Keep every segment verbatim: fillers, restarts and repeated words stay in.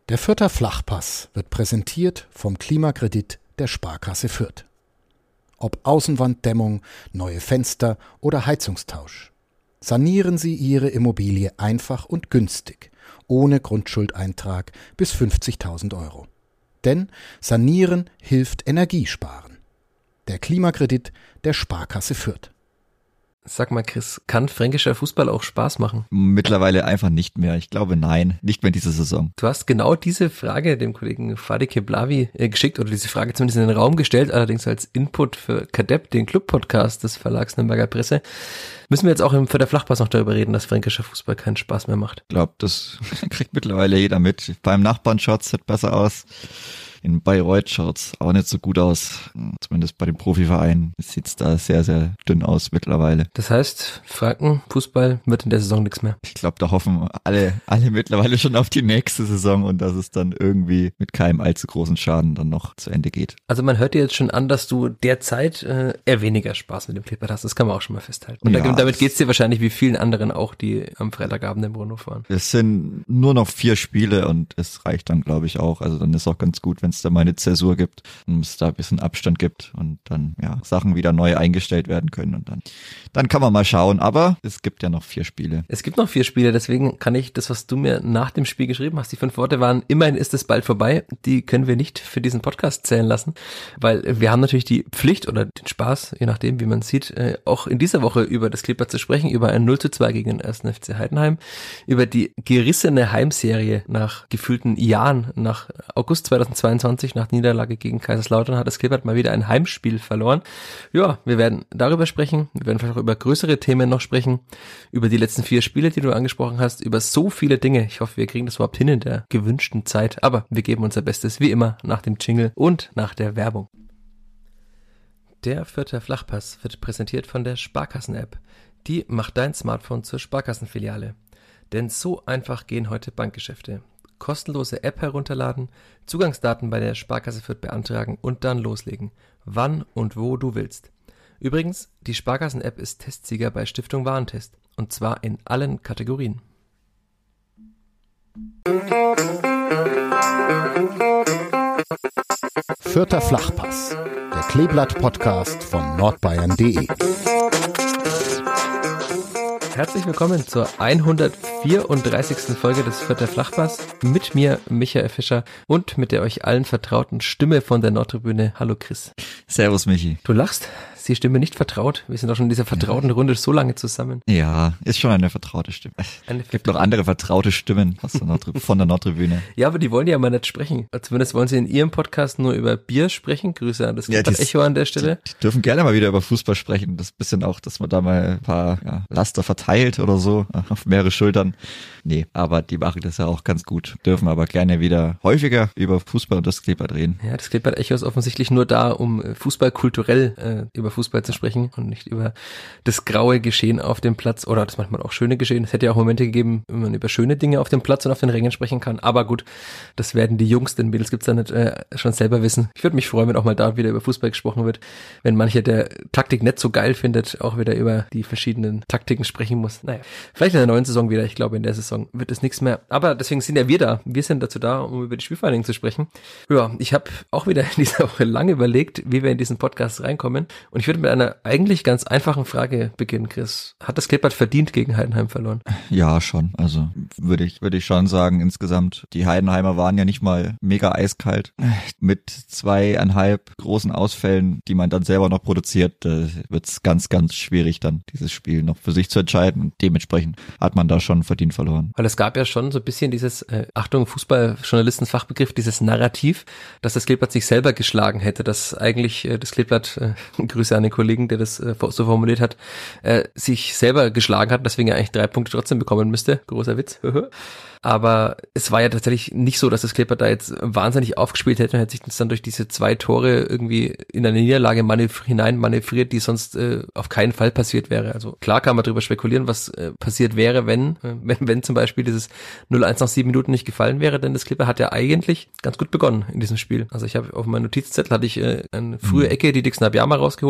Der Fürther Flachpass wird präsentiert vom Klimakredit der Sparkasse Fürth. Ob Außenwanddämmung, neue Fenster oder Heizungstausch. Sanieren Sie Ihre Immobilie einfach und günstig, ohne Grundschuldeintrag bis fünfzigtausend Euro. Denn Sanieren hilft Energiesparen. Der Klimakredit der Sparkasse Fürth. Sag mal, Chris, kann fränkischer Fußball auch Spaß machen? Mittlerweile einfach nicht mehr. Ich glaube, nein, nicht mehr diese Saison. Du hast genau diese Frage dem Kollegen Fadi Keblavi äh, geschickt oder diese Frage zumindest in den Raum gestellt, allerdings als Input für Kadepp, den Club-Podcast des Verlags Nürnberger Presse. Müssen wir jetzt auch im Fürther Flachpass noch darüber reden, dass fränkischer Fußball keinen Spaß mehr macht? Ich glaube, das kriegt mittlerweile jeder mit. Beim Nachbarn schaut es besser aus. In Bayreuth schaut's auch nicht so gut aus. Zumindest bei den Profivereinen sieht's da sehr, sehr dünn aus mittlerweile. Das heißt, Franken, Fußball wird in der Saison nichts mehr. Ich glaube, da hoffen alle, alle mittlerweile schon auf die nächste Saison und dass es dann irgendwie mit keinem allzu großen Schaden dann noch zu Ende geht. Also man hört dir jetzt schon an, dass du derzeit äh, eher weniger Spaß mit dem Klippert hast. Das kann man auch schon mal festhalten. Und ja, damit geht's dir wahrscheinlich wie vielen anderen auch, die am Freitagabend im Bruno fahren. Es sind nur noch vier Spiele und es reicht dann, glaube ich, auch. Also dann ist auch ganz gut, wenn es da mal eine Zäsur gibt und es da ein bisschen Abstand gibt und dann ja Sachen wieder neu eingestellt werden können und dann dann kann man mal schauen, aber es gibt ja noch vier Spiele. Es gibt noch vier Spiele, deswegen kann ich das, was du mir nach dem Spiel geschrieben hast, die fünf Worte waren, immerhin ist es bald vorbei, die können wir nicht für diesen Podcast zählen lassen, weil wir haben natürlich die Pflicht oder den Spaß, je nachdem, wie man sieht, auch in dieser Woche über das Klippert zu sprechen, über ein null zu zwei gegen den ersten F C Heidenheim, über die gerissene Heimserie nach gefühlten Jahren, nach August zweitausendzweiundzwanzig, nach Niederlage gegen Kaiserslautern hat das Klippert mal wieder ein Heimspiel verloren. Ja, wir werden darüber sprechen, wir werden vielleicht auch über größere Themen noch sprechen, über die letzten vier Spiele, die du angesprochen hast, über so viele Dinge. Ich hoffe, wir kriegen das überhaupt hin in der gewünschten Zeit, aber wir geben unser Bestes, wie immer, nach dem Jingle und nach der Werbung. Der Fürther Flachpass wird präsentiert von der Sparkassen-App. Die macht dein Smartphone zur Sparkassenfiliale. Denn so einfach gehen heute Bankgeschäfte. Kostenlose App herunterladen, Zugangsdaten bei der Sparkasse Fürth beantragen und dann loslegen. Wann und wo du willst. Übrigens, die Sparkassen-App ist Testsieger bei Stiftung Warentest. Und zwar in allen Kategorien. Fürther Flachpass, der Kleeblatt-Podcast von nordbayern punkt de. Herzlich willkommen zur hundertvierunddreißigsten Folge des Fürther Flachpass. Mit mir, Michael Fischer, und mit der euch allen vertrauten Stimme von der Nordtribüne. Hallo Chris. Servus Michi. Du lachst? Ist die Stimme nicht vertraut? Wir sind doch schon in dieser vertrauten Runde so lange zusammen. Ja, ist schon eine vertraute Stimme. Es gibt noch andere vertraute Stimmen von der Nordtribüne. Ja, aber die wollen ja mal nicht sprechen. Zumindest wollen sie in ihrem Podcast nur über Bier sprechen. Grüße an das ja, Echo an der Stelle. Die, die dürfen gerne mal wieder über Fußball sprechen. Das bisschen auch, dass man da mal ein paar ja, Laster verteilt oder so auf mehrere Schultern. Nee, aber die machen das ja auch ganz gut. Dürfen aber gerne wieder häufiger über Fußball und das Klippert reden. Ja, das Klippert Echo ist offensichtlich nur da, um Fußball kulturell äh, über Fußball zu sprechen und nicht über das graue Geschehen auf dem Platz oder das manchmal auch schöne Geschehen. Es hätte ja auch Momente gegeben, wenn man über schöne Dinge auf dem Platz und auf den Rängen sprechen kann. Aber gut, das werden die Jungs, den Mädels gibt's da nicht, äh, schon selber wissen. Ich würde mich freuen, wenn auch mal da wieder über Fußball gesprochen wird. Wenn mancher der Taktik nicht so geil findet, auch wieder über die verschiedenen Taktiken sprechen muss. Naja, vielleicht in der neuen Saison wieder. Ich glaube, in der Saison wird es nichts mehr. Aber deswegen sind ja wir da. Wir sind dazu da, um über die Spielvereinigung zu sprechen. Ja, ich habe auch wieder in dieser Woche lange überlegt, wie wir in diesen Podcast reinkommen. Und ich würde mit einer eigentlich ganz einfachen Frage beginnen, Chris. Hat das Klippert verdient gegen Heidenheim verloren? Ja, schon. Also würde ich würde ich schon sagen, insgesamt. Die Heidenheimer waren ja nicht mal mega eiskalt. Mit zweieinhalb großen Ausfällen, die man dann selber noch produziert, da wird's ganz, ganz schwierig dann, dieses Spiel noch für sich zu entscheiden. Und dementsprechend hat man da schon verdient verloren. Weil es gab ja schon so ein bisschen dieses, äh, Achtung, Fußballjournalistenfachbegriff, dieses Narrativ, dass das Klippert sich selber geschlagen hätte, dass eigentlich äh, das Klippert, äh, Grüße an den Kollegen, der das äh, so formuliert hat, äh, sich selber geschlagen hat, deswegen ja eigentlich drei Punkte trotzdem bekommen müsste. Großer Witz. Aber es war ja tatsächlich nicht so, dass das Klippert da jetzt wahnsinnig aufgespielt hätte und hätte sich das dann durch diese zwei Tore irgendwie in eine Niederlage manöv- hinein manövriert, die sonst äh, auf keinen Fall passiert wäre. Also klar kann man darüber spekulieren, was äh, passiert wäre, wenn, äh, wenn wenn zum Beispiel dieses null eins nach sieben Minuten nicht gefallen wäre, denn das Klippert hat ja eigentlich ganz gut begonnen in diesem Spiel. Also ich habe auf meinem Notizzettel hatte ich äh, eine frühe Ecke, die Dix Nabiama rausgeholt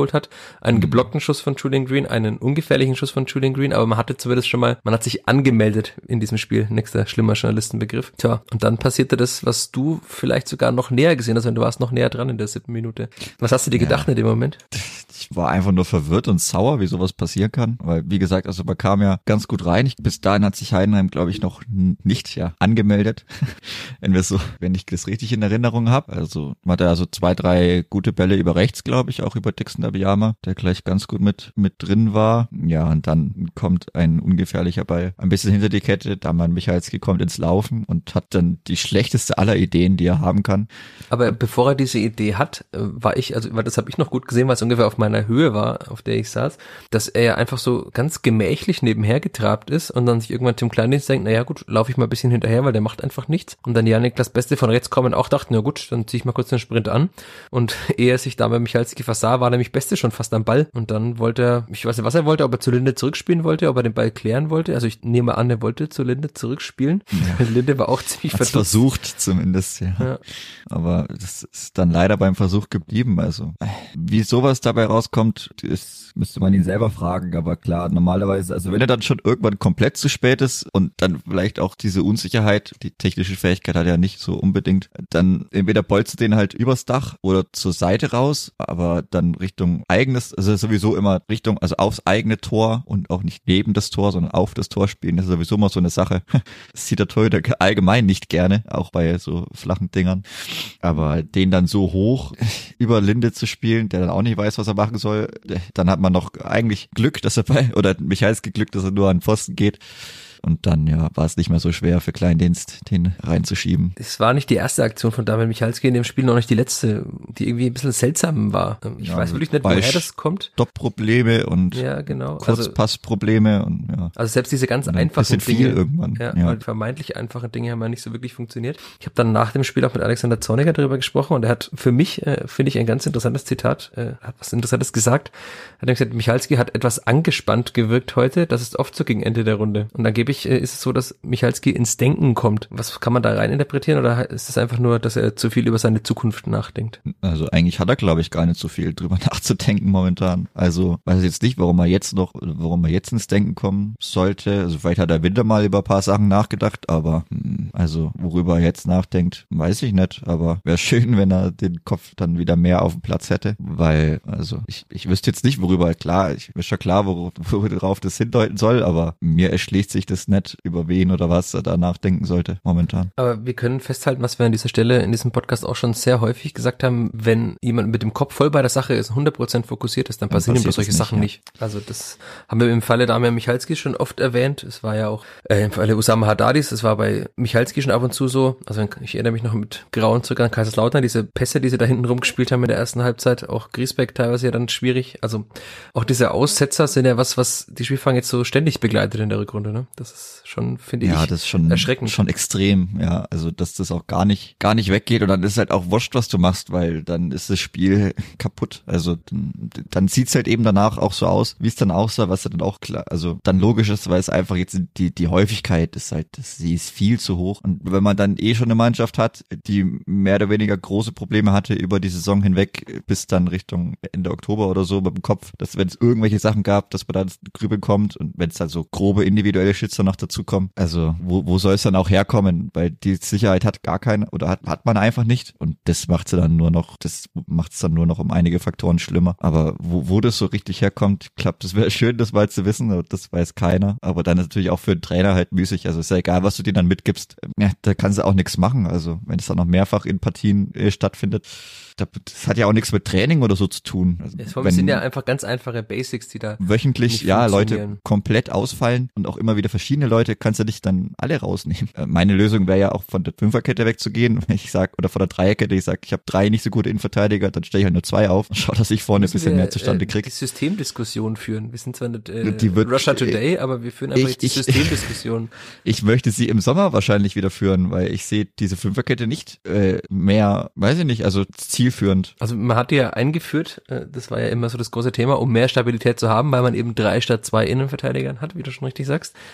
geholt hat. Einen geblockten Schuss von Julian Green, einen ungefährlichen Schuss von Julian Green, aber man hatte zumindest schon mal, man hat sich angemeldet in diesem Spiel. Nächster schlimmer Journalistenbegriff. Tja, und dann passierte das, was du vielleicht sogar noch näher gesehen hast, wenn du warst noch näher dran in der siebten Minute. Was hast du dir gedacht ja. in dem Moment? Ich war einfach nur verwirrt und sauer, wie sowas passieren kann, weil, wie gesagt, also man kam ja ganz gut rein. Ich, bis dahin hat sich Heidenheim, glaube ich, noch nicht ja angemeldet, wenn wir so, wenn ich das richtig in Erinnerung habe. Also man hatte also zwei, drei gute Bälle über rechts, glaube ich, auch über Dixon Abiyama, der gleich ganz gut mit mit drin war. Ja, und dann kommt ein ungefährlicher Ball ein bisschen hinter die Kette, da man Michalski kommt ins Laufen und hat dann die schlechteste aller Ideen, die er haben kann. Aber bevor er diese Idee hat, war ich, also weil das habe ich noch gut gesehen, weil es ungefähr auf meiner Höhe war, auf der ich saß, dass er ja einfach so ganz gemächlich nebenher getrabt ist und dann sich irgendwann Tim Kleindienst denkt, naja gut, laufe ich mal ein bisschen hinterher, weil der macht einfach nichts. Und dann Janik das Beste von rechts kommen auch dachten, na gut, dann ziehe ich mal kurz den Sprint an. Und ehe er sich da bei Michalski versah, war nämlich Beste schon fast am Ball. Und dann wollte er, ich weiß nicht, was er wollte, ob er zu Linde zurückspielen wollte, ob er den Ball klären wollte. Also ich nehme an, er wollte zu Linde zurückspielen. Ja. Linde war auch ziemlich verdutzt. Hat's versucht zumindest, ja. ja. Aber das ist dann leider beim Versuch geblieben. Also wie sowas dabei rauskommt, ist, müsste man ihn selber fragen. Aber klar, normalerweise, also wenn er dann schon irgendwann komplett zu spät ist und dann vielleicht auch diese Unsicherheit, die technische Fähigkeit hat er ja nicht so unbedingt, dann entweder bolzt den halt übers Dach oder zur Seite raus, aber dann Richtung eigenes, also sowieso immer Richtung, also aufs eigene Tor und auch nicht neben das Tor, sondern auf das Tor spielen, das ist sowieso immer so eine Sache. Das sieht der Torhüter allgemein nicht gerne, auch bei so flachen Dingern. Aber den dann so hoch über Linde zu spielen, der dann auch nicht weiß, was er machen soll, dann hat man noch eigentlich Glück, dass er bei, oder Michalski Glück, dass er nur an den Pfosten geht. Und dann, ja, war es nicht mehr so schwer für Kleindienst, den reinzuschieben. Es war nicht die erste Aktion von Damian Michalski in dem Spiel, noch nicht die letzte, die irgendwie ein bisschen seltsam war. Ich ja, weiß wirklich nicht, woher das kommt. Stopp-Probleme und ja, genau. Kurzpassprobleme und ja. Also selbst diese ganz einfachen Dinge. Viel irgendwann. Ja, ja. Die vermeintlich einfachen Dinge haben ja nicht so wirklich funktioniert. Ich habe dann nach dem Spiel auch mit Alexander Zorniger darüber gesprochen und er hat für mich, äh, finde ich, ein ganz interessantes Zitat, äh, hat was Interessantes gesagt. Er hat gesagt, Michalski hat etwas angespannt gewirkt heute, das ist oft so gegen Ende der Runde. Und dann gebe ich, ist es so, dass Michalski ins Denken kommt. Was kann man da rein interpretieren oder ist es einfach nur, dass er zu viel über seine Zukunft nachdenkt? Also eigentlich hat er, glaube ich, gar nicht so viel drüber nachzudenken momentan. Also weiß jetzt nicht, warum er jetzt noch, warum er jetzt ins Denken kommen sollte. Also vielleicht hat er Winter mal über ein paar Sachen nachgedacht, aber also worüber er jetzt nachdenkt, weiß ich nicht. Aber wäre schön, wenn er den Kopf dann wieder mehr auf dem Platz hätte, weil also ich, ich wüsste jetzt nicht, worüber, klar, ich ist schon klar, worauf das hindeuten soll, aber mir erschließt sich das nicht, über wen oder was er da nachdenken sollte momentan. Aber wir können festhalten, was wir an dieser Stelle in diesem Podcast auch schon sehr häufig gesagt haben, wenn jemand mit dem Kopf voll bei der Sache ist, hundert Prozent fokussiert ist, dann passieren ihm solche nicht, Sachen ja. nicht. Also das haben wir im Falle Damian Michalski schon oft erwähnt. Es war ja auch äh, im Falle Usama Haddadis, es war bei Michalski schon ab und zu so. Also ich erinnere mich noch mit Grauen zurück an Kaiserslautern, diese Pässe, die sie da hinten rumgespielt haben in der ersten Halbzeit, auch Griesbeck teilweise ja dann schwierig. Also auch diese Aussetzer sind ja was, was die Spielfang jetzt so ständig begleitet in der Rückrunde, ne? Das ist schon, finde ja, ich, ja, das ist schon erschreckend. Schon extrem, ja. Also, dass das auch gar nicht, gar nicht weggeht und dann ist halt auch wurscht, was du machst, weil dann ist das Spiel kaputt. Also, dann, dann sieht's halt eben danach auch so aus, wie es dann aussah, was dann auch klar, also dann logisch ist, weil es einfach jetzt die, die Häufigkeit ist halt, das, sie ist viel zu hoch. Und wenn man dann eh schon eine Mannschaft hat, die mehr oder weniger große Probleme hatte über die Saison hinweg, bis dann Richtung Ende Oktober oder so mit dem Kopf, dass wenn es irgendwelche Sachen gab, dass man da ins Grübeln kommt und wenn es dann so grobe individuelle Schützer noch dazu kommen, also wo, wo soll es dann auch herkommen? Weil die Sicherheit hat gar keine oder hat, hat man einfach nicht und das macht sie dann nur noch, das macht es dann nur noch um einige Faktoren schlimmer. Aber wo, wo das so richtig herkommt, klappt, das wäre schön, das mal zu wissen, aber das weiß keiner. Aber dann ist natürlich auch für den Trainer halt müßig, also ist ja egal, was du denen dann mitgibst, ja, da kannst du auch nichts machen. Also wenn es dann noch mehrfach in Partien äh, stattfindet, das hat ja auch nichts mit Training oder so zu tun. Also es wenn, sind ja einfach ganz einfache Basics, die da wöchentlich, ja, Leute komplett ausfallen und auch immer wieder verschiedene Leute, kannst du nicht dann alle rausnehmen. Meine Lösung wäre ja auch von der Fünferkette wegzugehen, wenn ich sag, oder von der Dreierkette, ich sag, ich habe drei nicht so gute Innenverteidiger, dann stelle ich halt nur zwei auf und schau, dass ich vorne ein bisschen wir, mehr zustande kriege. Die Systemdiskussion führen. Wir sind zwar nicht äh, die wird, Russia Today, äh, aber wir führen einfach ich, die ich, Systemdiskussion. Ich möchte sie im Sommer wahrscheinlich wieder führen, weil ich sehe diese Fünferkette nicht äh, mehr, weiß ich nicht, also zielführend. Also man hat die ja eingeführt, das war ja immer so das große Thema, um mehr Stabilität zu haben, weil man eben drei statt zwei Innenverteidigern hat, wie du schon richtig sagst.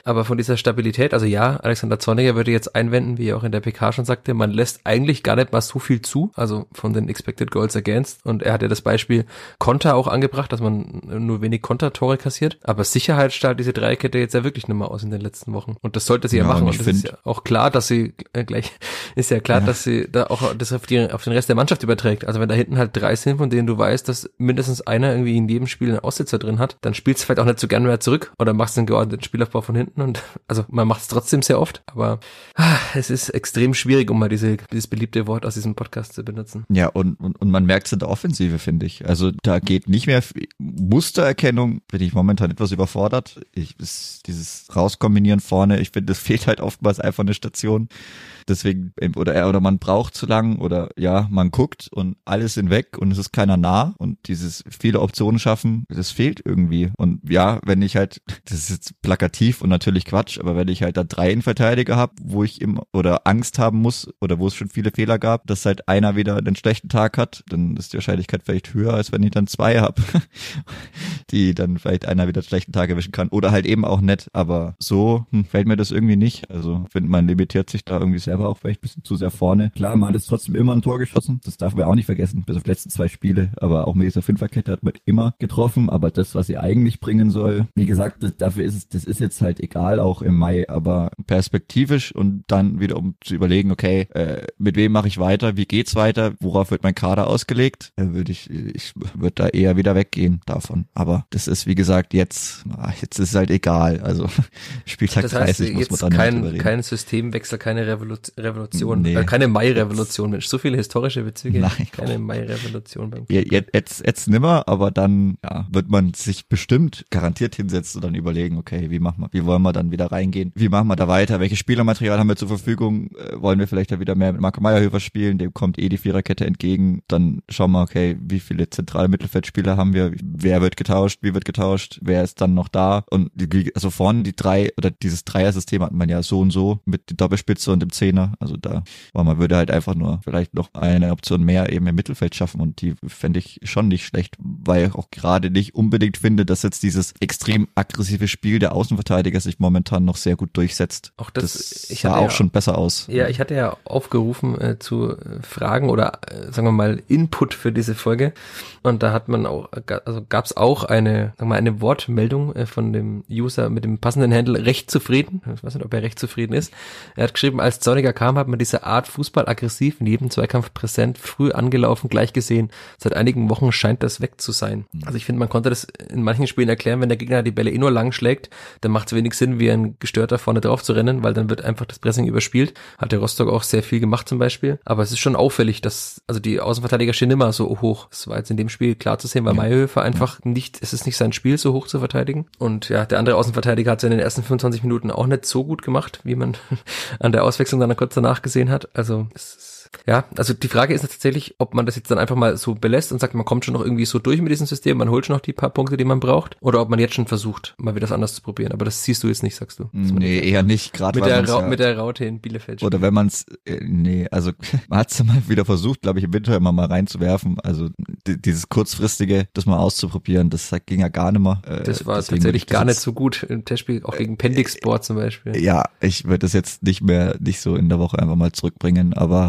Aber von dieser Stabilität, also ja, Alexander Zorniger würde jetzt einwenden, wie er auch in der P K schon sagte, man lässt eigentlich gar nicht mal so viel zu, also von den Expected Goals Against. Und er hat ja das Beispiel Konter auch angebracht, dass man nur wenig Kontertore kassiert. Aber Sicherheit strahlt diese Dreierkette jetzt ja wirklich nicht mehr aus in den letzten Wochen. Und das sollte sie ja, ja machen. Und es ist ja auch klar, dass sie äh, gleich, ist ja klar, ja. dass sie da auch das auf, die, auf den Rest der Mannschaft überträgt. Also wenn da hinten halt drei sind, von denen du weißt, dass mindestens einer irgendwie in jedem Spiel einen Aussetzer drin hat, dann spielst du vielleicht auch nicht so gerne mehr zurück oder machst einen geordneten Spielaufbau von hinten. Und also man macht es trotzdem sehr oft, aber ah, es ist extrem schwierig, um mal diese, dieses beliebte Wort aus diesem Podcast zu benutzen. Ja, und, und, und man merkt es in der Offensive, finde ich. Also da geht nicht mehr viel. Mustererkennung, bin ich momentan etwas überfordert. Ich, ist dieses Rauskombinieren vorne, ich finde, es fehlt halt oftmals einfach eine Station. Deswegen, oder oder man braucht zu lang oder ja, man guckt und alles sind weg und es ist keiner nah und dieses viele Optionen schaffen, das fehlt irgendwie. Und ja, wenn ich halt, das ist jetzt plakativ und natürlich Quatsch, aber wenn ich halt da drei Innenverteidiger habe, wo ich immer oder Angst haben muss oder wo es schon viele Fehler gab, dass halt einer wieder einen schlechten Tag hat, dann ist die Wahrscheinlichkeit vielleicht höher, als wenn ich dann zwei habe, die dann vielleicht einer wieder einen schlechten Tag erwischen kann oder halt eben auch nicht. Aber so hm, fällt mir das irgendwie nicht. Also ich finde, man limitiert sich da irgendwie sehr. Er war auch vielleicht ein bisschen zu sehr vorne. Klar, man hat jetzt trotzdem immer ein Tor geschossen. Das darf man auch nicht vergessen, bis auf die letzten zwei Spiele. Aber auch mit dieser Fünferkette hat man immer getroffen. Aber das, was sie eigentlich bringen soll, wie gesagt, das, dafür ist es, das ist jetzt halt egal, auch im Mai. Aber perspektivisch und dann wieder um zu überlegen, okay, äh, mit wem mache ich weiter? Wie geht's weiter? Worauf wird mein Kader ausgelegt? Äh, würde ich, ich würde da eher wieder weggehen davon. Aber das ist, wie gesagt, jetzt, jetzt ist es halt egal. Also Spieltag das heißt, dreißig muss man dann kein, nicht überreden. Kein Systemwechsel, keine Revolution. Revolution, nee. äh, keine Mai-Revolution, Mensch, so viele historische Bezüge. Nein, keine Mai-Revolution beim ja, jetzt, jetzt, jetzt nimmer, aber dann ja, wird man sich bestimmt garantiert hinsetzen und dann überlegen, okay, wie machen wir, wie wollen wir dann wieder reingehen? Wie machen wir da weiter? Welches Spielermaterial haben wir zur Verfügung? Äh, wollen wir vielleicht da wieder mehr mit Marco Meyerhöfer spielen? Dem kommt eh die Viererkette entgegen. Dann schauen wir, okay, wie viele zentrale Mittelfeldspieler haben wir? Wer wird getauscht? Wie wird getauscht? Wer ist dann noch da? Und die, also vorne die drei oder dieses Dreier-System hat man ja so und so mit der Doppelspitze und dem Zehner. Also da, weil man würde halt einfach nur vielleicht noch eine Option mehr eben im Mittelfeld schaffen und die fände ich schon nicht schlecht, weil ich auch gerade nicht unbedingt finde, dass jetzt dieses extrem aggressive Spiel der Außenverteidiger sich momentan noch sehr gut durchsetzt. Auch das, das ich sah auch ja, schon besser aus. Ja, ich hatte ja aufgerufen äh, zu äh, Fragen oder äh, sagen wir mal Input für diese Folge und da hat man auch, also gab es auch eine, sagen wir mal, eine Wortmeldung äh, von dem User mit dem passenden Handle recht zufrieden. Ich weiß nicht, ob er recht zufrieden ist. Er hat geschrieben, als Zorniger kam, hat man diese Art Fußball aggressiv, in jedem Zweikampf präsent, früh angelaufen, gleich gesehen. Seit einigen Wochen scheint das weg zu sein. Also ich finde, man konnte das in manchen Spielen erklären, wenn der Gegner die Bälle eh nur lang schlägt, dann macht es wenig Sinn, wie ein Gestörter vorne drauf zu rennen, weil dann wird einfach das Pressing überspielt. Hat der Rostock auch sehr viel gemacht zum Beispiel. Aber es ist schon auffällig, dass, also die Außenverteidiger stehen immer so hoch. Das war jetzt in dem Spiel klar zu sehen, weil ja. Meyerhöfer einfach ja. nicht, es ist nicht sein Spiel, so hoch zu verteidigen. Und ja, der andere Außenverteidiger hat es in den ersten fünfundzwanzig Minuten auch nicht so gut gemacht, wie man an der Auswechslung dann kurz danach gesehen hat. Also es ist ja, also die Frage ist tatsächlich, ob man das jetzt dann einfach mal so belässt und sagt, man kommt schon noch irgendwie so durch mit diesem System, man holt schon noch die paar Punkte, die man braucht, oder ob man jetzt schon versucht, mal wieder das anders zu probieren. Aber das siehst du jetzt nicht, sagst du. Nee, eher nicht. Gerade mit, der ja, mit der Raute in Bielefeld. Oder wenn man es, äh, nee, also man hat es ja mal wieder versucht, glaube ich, im Winter immer mal reinzuwerfen. Also d- dieses kurzfristige, das mal auszuprobieren, das ging ja gar nicht mehr. Äh, das war tatsächlich gar nicht so gut im Testspiel, auch gegen Pendixsport äh, zum Beispiel. Ja, ich würde das jetzt nicht mehr, nicht so in der Woche einfach mal zurückbringen, aber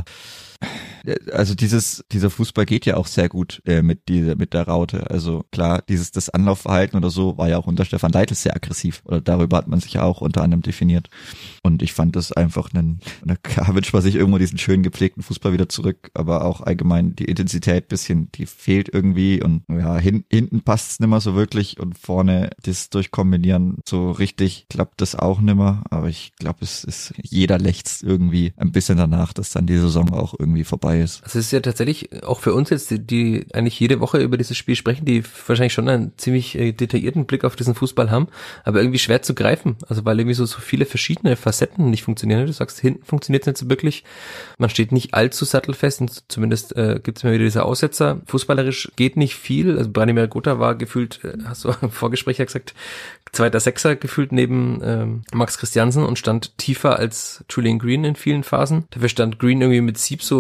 also dieses, dieser Fußball geht ja auch sehr gut äh, mit dieser, mit der Raute. Also klar, dieses, das Anlaufverhalten oder so war ja auch unter Stefan Leitl sehr aggressiv. Oder darüber hat man sich ja auch unter anderem definiert. Und ich fand das einfach einen, eine, klar wünscht man sich irgendwo diesen schön gepflegten Fußball wieder zurück, aber auch allgemein die Intensität bisschen, die fehlt irgendwie und ja, hin, hinten passt es nicht mehr so wirklich und vorne das Durchkombinieren so richtig klappt das auch nicht mehr. Aber ich glaube, es ist, jeder lechzt irgendwie ein bisschen danach, dass dann die Saison auch irgendwie vorbei ist. Also es ist ja tatsächlich auch für uns jetzt, die, die eigentlich jede Woche über dieses Spiel sprechen, die wahrscheinlich schon einen ziemlich äh, detaillierten Blick auf diesen Fußball haben, aber irgendwie schwer zu greifen. Also weil irgendwie so, so viele verschiedene Facetten nicht funktionieren. Du sagst, hinten funktioniert es nicht so wirklich. Man steht nicht allzu sattelfest und zumindest äh, gibt es mir wieder diese Aussetzer. Fußballerisch geht nicht viel. Also Branimir Gotha war gefühlt, äh, hast du im Vorgespräch ja gesagt, zweiter Sechser gefühlt neben ähm, Max Christiansen und stand tiefer als Julian Green in vielen Phasen. Dafür stand Green irgendwie mit Sieb so, also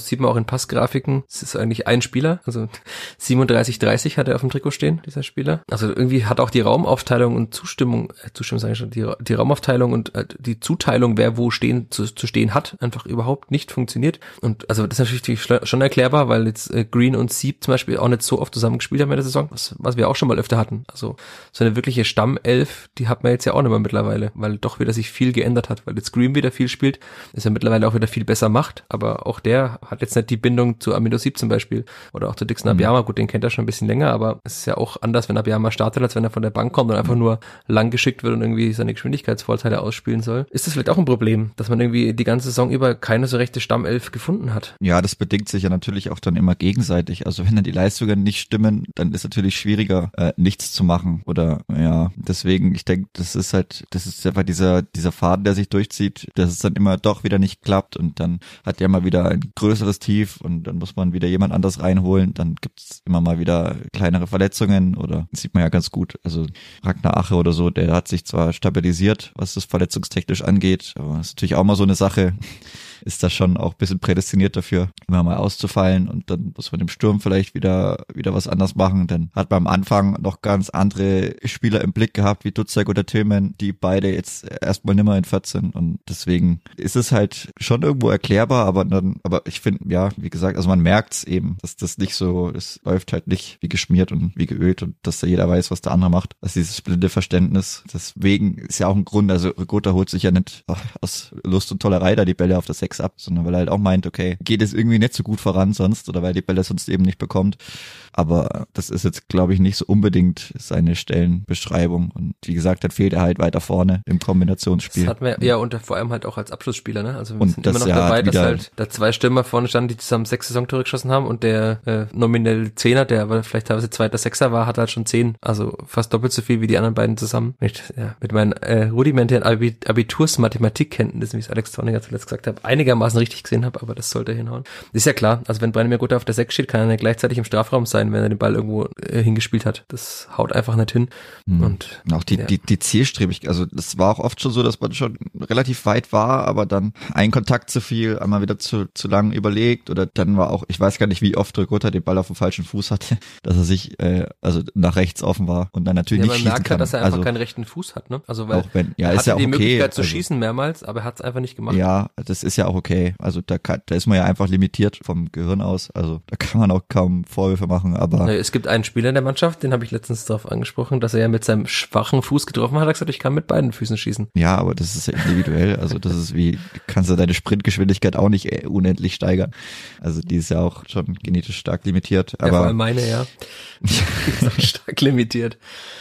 sieht man auch in Passgrafiken, es ist eigentlich ein Spieler, also siebenunddreißig dreißig hat er auf dem Trikot stehen, dieser Spieler. Also irgendwie hat auch die Raumaufteilung und Zustimmung, äh, Zustimmung sage ich schon, die, die Raumaufteilung und äh, die Zuteilung, wer wo stehen zu, zu stehen hat, einfach überhaupt nicht funktioniert. Und also das ist natürlich schon erklärbar, weil jetzt äh, Green und Sieb zum Beispiel auch nicht so oft zusammen gespielt haben in der Saison, was, was wir auch schon mal öfter hatten. Also so eine wirkliche Stammelf, die hat man jetzt ja auch nicht mehr mittlerweile, weil doch wieder sich viel geändert hat, weil jetzt Green wieder viel spielt, ist er mittlerweile auch wieder viel besser macht, aber auch der hat jetzt nicht die Bindung zu Amino Sieb zum Beispiel oder auch zu Dixon Abiyama, gut, den kennt er schon ein bisschen länger, aber es ist ja auch anders, wenn Abiyama startet, als wenn er von der Bank kommt und einfach nur lang geschickt wird und irgendwie seine Geschwindigkeitsvorteile ausspielen soll. Ist das vielleicht auch ein Problem, dass man irgendwie die ganze Saison über keine so rechte Stammelf gefunden hat? Ja, das bedingt sich ja natürlich auch dann immer gegenseitig. Also wenn dann die Leistungen nicht stimmen, dann ist es natürlich schwieriger, äh, nichts zu machen oder ja, deswegen, ich denke, das ist halt, das ist einfach dieser, dieser Faden, der sich durchzieht, dass es dann immer doch wieder nicht klappt und dann hat der mal wieder ein größeres Tief und dann muss man wieder jemand anders reinholen, dann gibt's immer mal wieder kleinere Verletzungen oder das sieht man ja ganz gut, also Ragnar Ache oder so, der hat sich zwar stabilisiert, was das verletzungstechnisch angeht, aber das ist natürlich auch mal so eine Sache, ist da schon auch ein bisschen prädestiniert dafür, immer mal auszufallen und dann muss man im Sturm vielleicht wieder wieder was anders machen. Dann hat man am Anfang noch ganz andere Spieler im Blick gehabt, wie Dutzek oder Tillman, die beide jetzt erstmal nimmer in Fahrt sind und deswegen ist es halt schon irgendwo erklärbar, aber dann, aber ich finde, ja, wie gesagt, also man merkt's eben, dass das nicht so, es läuft halt nicht wie geschmiert und wie geölt und dass da jeder weiß, was der andere macht. Das ist dieses blinde Verständnis. Deswegen ist ja auch ein Grund, also Rigotta holt sich ja nicht aus Lust und Tollerei da die Bälle auf das Sechs ab, sondern weil er halt auch meint, okay, geht es irgendwie nicht so gut voran sonst oder weil die Bälle sonst eben nicht bekommt. Aber das ist jetzt, glaube ich, nicht so unbedingt seine Stellenbeschreibung. Und wie gesagt, dann fehlt er halt weiter vorne im Kombinationsspiel. Das hat man ja und vor allem halt auch als Abschlussspieler, ne? Also wir und sind immer noch dabei, dass halt da zwei Stürmer vorne standen, die zusammen sechs Saisontore geschossen haben und der äh, nominell Zehner, der aber vielleicht teilweise zweiter Sechser war, hat halt schon zehn. Also fast doppelt so viel wie die anderen beiden zusammen. Mit, ja, mit meinen äh, rudimentären Abitursmathematikkenntnissen, wie es Alex Zorniger zuletzt gesagt hat, einigermaßen richtig gesehen habe, aber das sollte hinhauen. Ist ja klar, also wenn Branimir Rigotta auf der Sechs steht, kann er nicht gleichzeitig im Strafraum sein, wenn er den Ball irgendwo äh, hingespielt hat. Das haut einfach nicht hin. Hm. Und auch die, ja. die, die Zielstrebig, also das war auch oft schon so, dass man schon relativ weit war, aber dann ein Kontakt zu viel, einmal wieder zu, zu lang überlegt oder dann war auch, ich weiß gar nicht, wie oft Rigotta den Ball auf dem falschen Fuß hatte, dass er sich, äh, also nach rechts offen war und dann natürlich ja, nicht man schießen merkt kann. Halt, dass er einfach also, keinen rechten Fuß hat, ne? Also weil auch wenn, ja, er ist hatte ja auch die okay, Möglichkeit zu also, schießen mehrmals, aber er hat es einfach nicht gemacht. Ja, das ist ja auch okay. Also da, kann, da ist man ja einfach limitiert vom Gehirn aus. Also da kann man auch kaum Vorwürfe machen, aber... Ja, es gibt einen Spieler in der Mannschaft, den habe ich letztens darauf angesprochen, dass er ja mit seinem schwachen Fuß getroffen hat. Er hat gesagt, ich kann mit beiden Füßen schießen. Ja, aber das ist ja individuell. Also das ist wie, du kannst ja deine Sprintgeschwindigkeit auch nicht unendlich steigern. Also die ist ja auch schon genetisch stark limitiert. Aber ja, vor allem meine, ja. Die ist auch stark limitiert.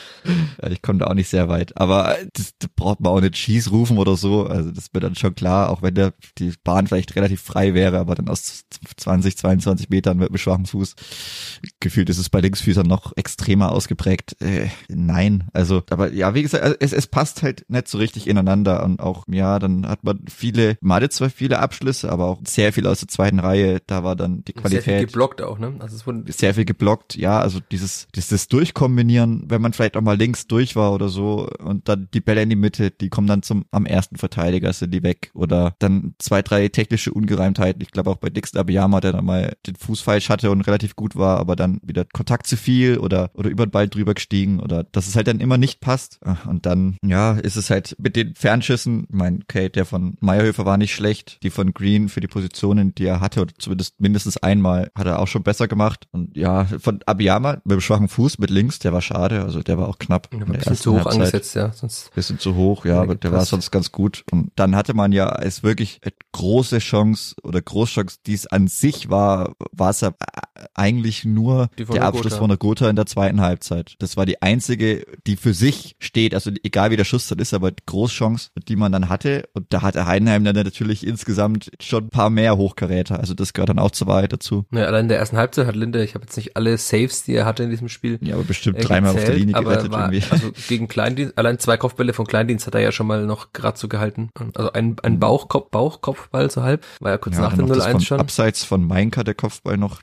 Ja, ich komme da auch nicht sehr weit, aber das, das braucht man auch nicht Schieß rufen oder so, also das wird dann schon klar, auch wenn der die Bahn vielleicht relativ frei wäre, aber dann aus zwanzig, zweiundzwanzig Metern mit einem schwachen Fuß, gefühlt ist es bei Linksfüßern noch extremer ausgeprägt, äh, nein, also, aber ja, wie gesagt, es, es passt halt nicht so richtig ineinander und auch, ja, dann hat man viele, man hatte zwar viele Abschlüsse, aber auch sehr viel aus der zweiten Reihe, da war dann die Qualität. Sehr viel geblockt auch, ne? Also es wurde sehr viel geblockt, ja, also dieses, dieses Durchkombinieren, wenn man vielleicht auch mal links durch war oder so und dann die Bälle in die Mitte, die kommen dann zum am ersten Verteidiger, sind die weg oder dann zwei, drei technische Ungereimtheiten. Ich glaube auch bei Dixon Abiyama, der dann mal den Fuß falsch hatte und relativ gut war, aber dann wieder Kontakt zu viel oder oder über den Ball drüber gestiegen oder dass es halt dann immer nicht passt und dann, ja, ist es halt mit den Fernschüssen, ich meine, okay, der von Meyerhöfer war nicht schlecht, die von Green für die Positionen, die er hatte oder zumindest mindestens einmal, hat er auch schon besser gemacht und ja, von Abiyama mit dem schwachen Fuß mit links, der war schade, also der war auch knapp. Ein bisschen zu hoch Halbzeit. Angesetzt, ja. Sonst bisschen zu hoch, ja, aber der war sonst ganz gut. Und dann hatte man ja als wirklich große Chance oder Großchance, die es an sich war, war es ja eigentlich nur der Abschluss von der Gotha in der zweiten Halbzeit. Das war die einzige, die für sich steht, also egal wie der Schuss dann ist, aber die Großchance, die man dann hatte. Und da hatte Heidenheim dann natürlich insgesamt schon ein paar mehr Hochkaräter. Also das gehört dann auch zur Wahrheit dazu. Ja, allein in der ersten Halbzeit hat Linde, ich habe jetzt nicht alle Saves, die er hatte in diesem Spiel. Ja, aber bestimmt dreimal auf der Linie gerettet war, irgendwie. Also gegen Kleindienst, allein zwei Kopfbälle von Kleindienst hat er ja schon mal noch gerade so gehalten. Also ein, ein Bauchkopf, Bauchkopfball so halb, war ja kurz ja, nach dem null eins schon. Abseits von Mainka der Kopfball noch. Genau, also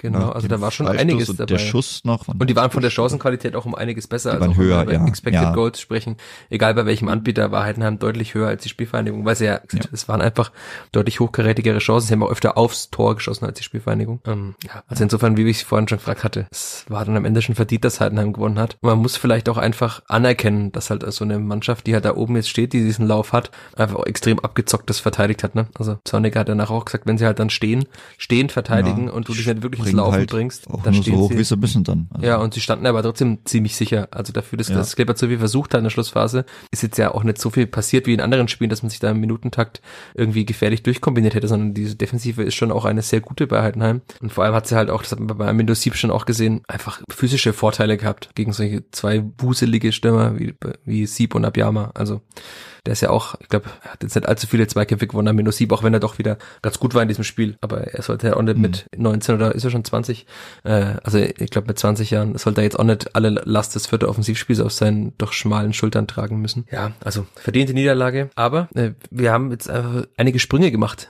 Also da war schon Freistoß einiges und dabei. Der Schuss noch. Und die waren von der Chancenqualität auch um einiges besser. Die also waren höher, wenn wir ja. über Expected ja. Goals sprechen. Egal bei welchem Anbieter war Heidenheim deutlich höher als die Spielvereinigung, weil sie ja, ja. es waren einfach deutlich hochkarätigere Chancen. Sie haben auch öfter aufs Tor geschossen als die Spielvereinigung. Ähm, ja, also insofern, wie ich es vorhin schon gefragt hatte, es war dann am Ende schon verdient, dass Heidenheim gewonnen hat. Und man muss vielleicht auch einfach anerkennen, dass halt so eine Mannschaft, die halt da oben jetzt steht, die diesen Lauf hat, einfach auch extrem abgezocktes verteidigt hat. Ne? Also Zorniger hat danach auch gesagt, wenn sie halt dann stehen, stehend verteidigen ja, und du dich nicht wirklich ins Laufen halt bringst, dann stehen so hoch, sie. Wie sie müssen dann. Also. Ja, und sie standen aber trotzdem ziemlich sicher. Also dafür, dass ja. das Kleber so viel versucht hat in der Schlussphase, ist jetzt ja auch nicht so viel passiert wie in anderen Spielen, dass man sich da im Minutentakt irgendwie gefährlich durchkombiniert hätte, sondern diese Defensive ist schon auch eine sehr gute bei Heidenheim. Und vor allem hat sie halt auch, das hat man bei Armindo Sieb schon auch gesehen, einfach physische Vorteile gehabt gegen solche zwei wuselige Stürmer wie, wie Sieb und Abiyama. Also der ist ja auch, ich glaube, er hat jetzt nicht allzu viele Zweikämpfe gewonnen, Armindo Sieb, auch wenn er doch wieder ganz gut war in diesem Spiel. Aber er sollte ja auch nicht mhm. mit neunzehn oder ist er schon zwanzig, äh, also ich glaube mit zwanzig Jahren, sollte er jetzt auch nicht alle Last des vierten Offensivspiels auf seinen doch schmalen Schultern tragen müssen. Ja, also verdiente Niederlage. Aber äh, wir haben jetzt einfach einige Sprünge gemacht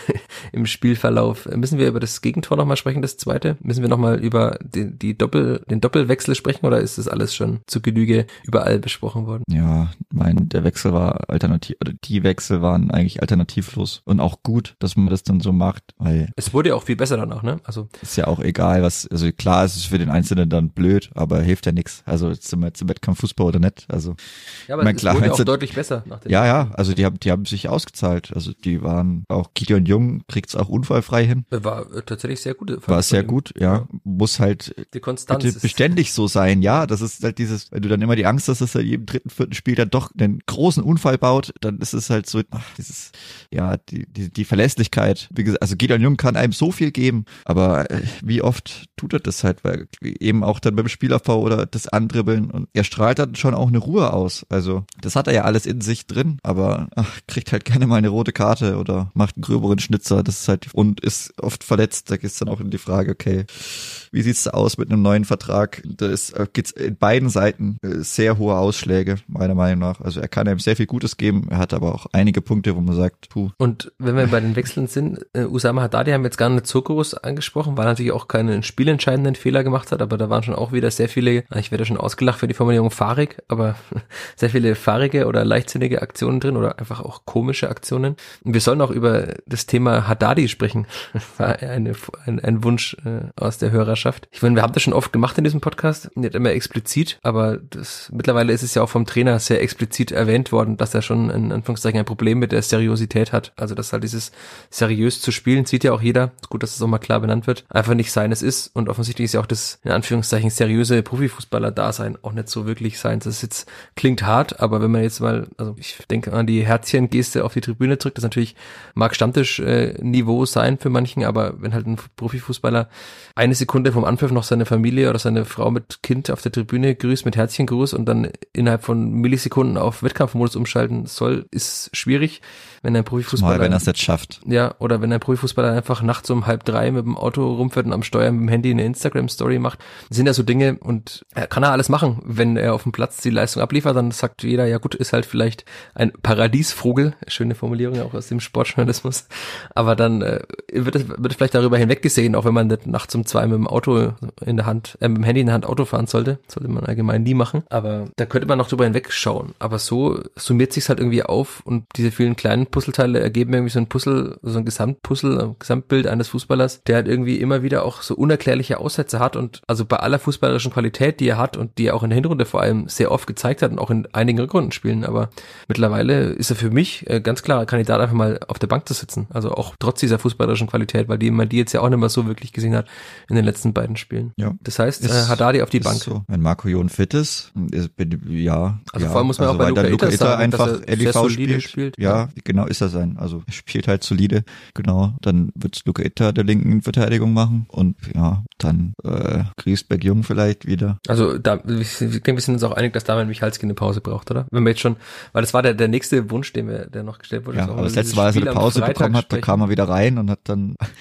im Spielverlauf. Müssen wir über das Gegentor nochmal sprechen, das zweite? Müssen wir nochmal über die, die Doppel, den Doppelwechsel sprechen oder ist das alles schon zu Genüge überall besprochen worden? Ja, mein, der Wechsel war alternativ, oder die Wechsel waren eigentlich alternativlos und auch gut, dass man das dann so macht, weil es wurde ja auch viel besser danach, ne? Also ist ja auch egal, was, also klar, es ist für den Einzelnen dann blöd, aber hilft ja nichts. Also zum, zum Wettkampffußball oder nicht. Also ja, aber es klar, wurde auch du, deutlich besser nach dem Ja, ja, also die haben, die haben sich ausgezahlt. Also die waren auch Gideon Jung kriegt's auch unfallfrei hin. War tatsächlich sehr gut. War sehr gut, ja. ja. Muss halt die Konstanz bitte beständig so sein, ja. Das ist halt dieses, wenn du dann immer die Angst hast, dass er jedem dritten, vierten Spiel dann doch einen großen Unfall baut, dann ist es halt so, ach, dieses, ja, die, die, die Verlässlichkeit. Wie gesagt, also Gideon Jung kann einem so viel geben, aber äh, wie oft tut er das halt, weil eben auch dann beim Spielaufbau oder das Andribbeln und er strahlt dann schon auch eine Ruhe aus. Also das hat er ja alles in sich drin, aber ach, kriegt halt gerne mal eine rote Karte oder macht einen gröberen Schnitzer, das ist halt und ist oft verletzt. Da geht's dann auch in die Frage, okay, wie sieht's da aus mit einem neuen Vertrag? Da ist, gibt's in beiden Seiten sehr hohe Ausschläge, meiner Meinung nach. Also er kann einem sehr viel Gutes geben, er hat aber auch einige Punkte, wo man sagt, puh. Und wenn wir bei den Wechseln sind, äh, Usama Haddadi haben wir jetzt gar nicht so groß angesprochen, weil er natürlich auch keinen spielentscheidenden Fehler gemacht hat, aber da waren schon auch wieder sehr viele, ich werde schon ausgelacht für die Formulierung fahrig, aber sehr viele fahrige oder leichtsinnige Aktionen drin oder einfach auch komische Aktionen. Und wir sollen auch über das Thema Haddadi sprechen. Das war eine, ein, ein Wunsch äh, aus der Hörerschaft. Ich meine, wir haben das schon oft gemacht in diesem Podcast, nicht immer explizit, aber das, mittlerweile ist es ja auch vom Trainer sehr explizit erwähnt worden, dass er schon in Anführungszeichen ein Problem mit der Seriosität hat. Also dass halt dieses seriös zu spielen, sieht ja auch jeder, gut, dass es auch mal klar benannt wird, einfach nicht seines ist und offensichtlich ist ja auch das in Anführungszeichen seriöse Profifußballer-Dasein auch nicht so wirklich seins. Das jetzt klingt hart, aber wenn man jetzt mal, also ich denke an die Herzchen-Geste auf die Tribüne drückt, das natürlich mag Stammtisch-Niveau sein für manchen, aber wenn halt ein Profifußballer eine Sekunde vom Anpfiff noch seine Familie oder seine Frau mit Kind auf der Tribüne grüßt mit Herzchengruß und dann innerhalb von Millisekunden auf Wettkampfmodus umschalten soll, ist schwierig, wenn ein Profifußballer... Mal, wenn er es jetzt schafft. Ja, oder wenn ein Profifußballer einfach nachts um halb drei mit dem Auto rumfährt und am Steuer mit dem Handy eine Instagram-Story macht, das sind ja so Dinge und er kann er alles machen. Wenn er auf dem Platz die Leistung abliefert, dann sagt jeder, ja gut, ist halt vielleicht ein Paradiesvogel, schöne Formulierung auch aus dem Sportjournalismus, aber dann äh, wird es wird vielleicht darüber hinweggesehen, auch wenn man nicht nachts um zwei mit dem Auto in der Hand, äh, mit dem Handy in der Hand Auto fahren sollte, sollte man allgemein nie machen, aber da könnte man noch drüber hinwegschauen, aber so summiert sich's halt irgendwie auf und diese vielen kleinen Puzzleteile ergeben irgendwie so ein Puzzle, so ein Gesamtpuzzle, ein Gesamtbild eines Fußballers, der halt irgendwie immer wieder auch so unerklärliche Aussätze hat und also bei aller fußballerischen Qualität, die er hat und die er auch in der Hinrunde vor allem sehr oft gezeigt hat und auch in einigen Rückrundenspielen, aber mittlerweile ist er für mich äh, ganz klarer Kandidat, einfach mal auf der Bank zu sitzen, also auch trotz dieser fußballerischen Qualität, weil die man die jetzt ja auch nicht mehr so wirklich gesehen hat in den letzten beiden Spielen. Ja. Das heißt, ist, äh, Haddadi auf die Bank. So. Wenn Marco Jon fit ist, ist ja. Also ja, vor allem muss man also auch bei Luka, Luka Itter sagen, einfach dass er L E V sehr solide spielt. spielt. Ja, Ja, genau ist er sein. Also er spielt halt solide, genau. Dann wird Luka Itter der linken Verteidigung machen und ja, dann äh, Griesbeck Jung vielleicht wieder. Also da, ich denke, wir sind uns auch einig, dass Damian Michalski eine Pause braucht, oder? Wenn wir jetzt schon, weil das war der der nächste Wunsch, den wir, der noch gestellt wurde. Ja, aber das letzte Mal, als er eine Pause bekommen hat, da kam er wieder rein und hat dann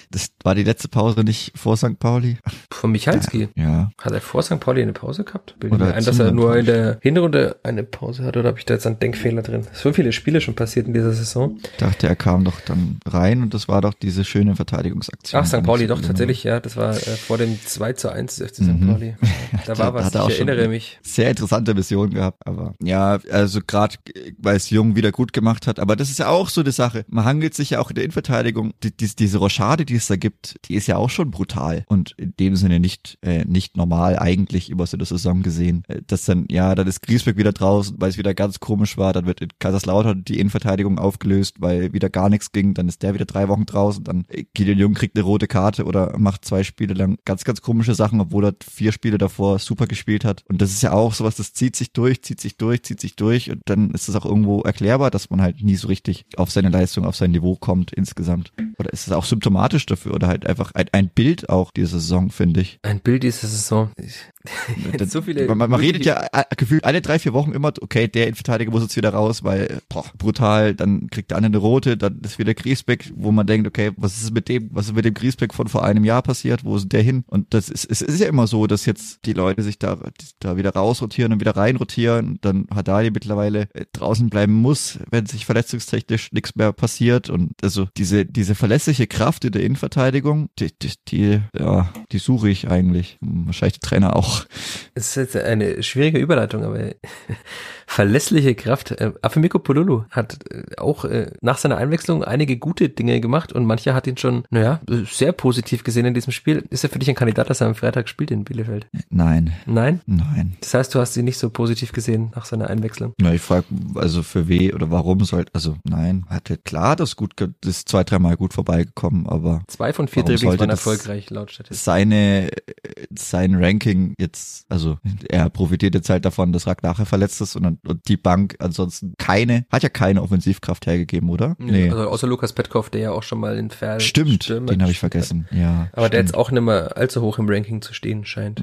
Das war die letzte Pause nicht vor Sankt Pauli? Von Michalski? Ja. ja. Hat er vor Sankt Pauli eine Pause gehabt? Bilde mir ein, dass er nur in der Hinrunde eine Pause hat, oder habe ich da jetzt einen Denkfehler drin? So viele Spiele schon passiert in dieser Saison. Ich dachte, er kam doch dann rein und das war doch diese schöne Verteidigungsaktion. Ach, Sankt Pauli, doch, tatsächlich, ja. Das war äh, vor dem zwei zu eins des F C Sankt Pauli. Da war was, ich erinnere mich. Sehr interessante Mission gehabt, aber ja, also gerade, weil es Jung wieder gut gemacht hat, aber das ist ja auch so eine Sache. Man hangelt sich ja auch in der Innenverteidigung, die, die, diese Rochade, die es da gibt, die ist ja auch schon brutal und in dem Sinne nicht äh, nicht normal eigentlich über so eine Saison gesehen. Dass dann, ja, dann ist Griesbeck wieder draußen, weil es wieder ganz komisch war, dann wird in Kaiserslautern die Innenverteidigung aufgelöst, weil wieder gar nichts ging, dann ist der wieder drei Wochen draußen, dann Gideon Jung kriegt eine rote Karte oder macht zwei Spiele lang ganz, ganz komische Sachen, obwohl er vier Spiele davor super gespielt hat. Und das ist ja auch sowas, das zieht sich durch, zieht sich durch, zieht sich durch und dann ist es auch irgendwo erklärbar, dass man halt nie so richtig auf seine Leistung, auf sein Niveau kommt insgesamt. Oder ist es auch symptomatisch dafür oder halt einfach ein, ein Bild auch dieser Saison, finde ich. Ein Bild dieser Saison. So viele. Man, man redet ja gefühlt alle drei, vier Wochen immer, okay, der Innenverteidiger muss jetzt wieder raus, weil boah, brutal, dann kriegt der andere eine rote, dann ist wieder Griesbeck, wo man denkt, okay, was ist mit dem, was ist mit dem Griesbeck von vor einem Jahr passiert, wo ist der hin? Und das ist, es ist ja immer so, dass jetzt die Leute sich da, da wieder rausrotieren und wieder reinrotieren und dann Haddadi mittlerweile draußen bleiben muss, wenn sich verletzungstechnisch nichts mehr passiert und also diese, diese verlässliche Kraft in der Innenverteidigung, die, die, die ja, die suche ich eigentlich. Wahrscheinlich der Trainer auch. Es ist jetzt eine schwierige Überleitung, aber verlässliche Kraft. Äh, Afemiko Polulu hat äh, auch äh, nach seiner Einwechslung einige gute Dinge gemacht und mancher hat ihn schon, naja, sehr positiv gesehen in diesem Spiel. Ist er für dich ein Kandidat, dass er am Freitag spielt in Bielefeld? Nein. Nein? Nein. Das heißt, du hast ihn nicht so positiv gesehen nach seiner Einwechslung? Na, ich frage, also für weh oder warum sollte, also nein, hatte klar, das gut, das ist zwei, dreimal gut vorbeigekommen, aber zwei von vier Dribblings waren erfolgreich laut Statistik. Seine, sein Ranking jetzt, also er profitiert jetzt halt davon, dass Ragnache verletzt ist und, und die Bank ansonsten keine, hat ja keine Offensivkraft hergegeben, oder? Nee. Also außer Lukas Petkov, der ja auch schon mal in Fer Stimmt, Stürmer den habe ich vergessen, hat. ja. Aber stimmt. der jetzt auch nicht mehr allzu hoch im Ranking zu stehen scheint.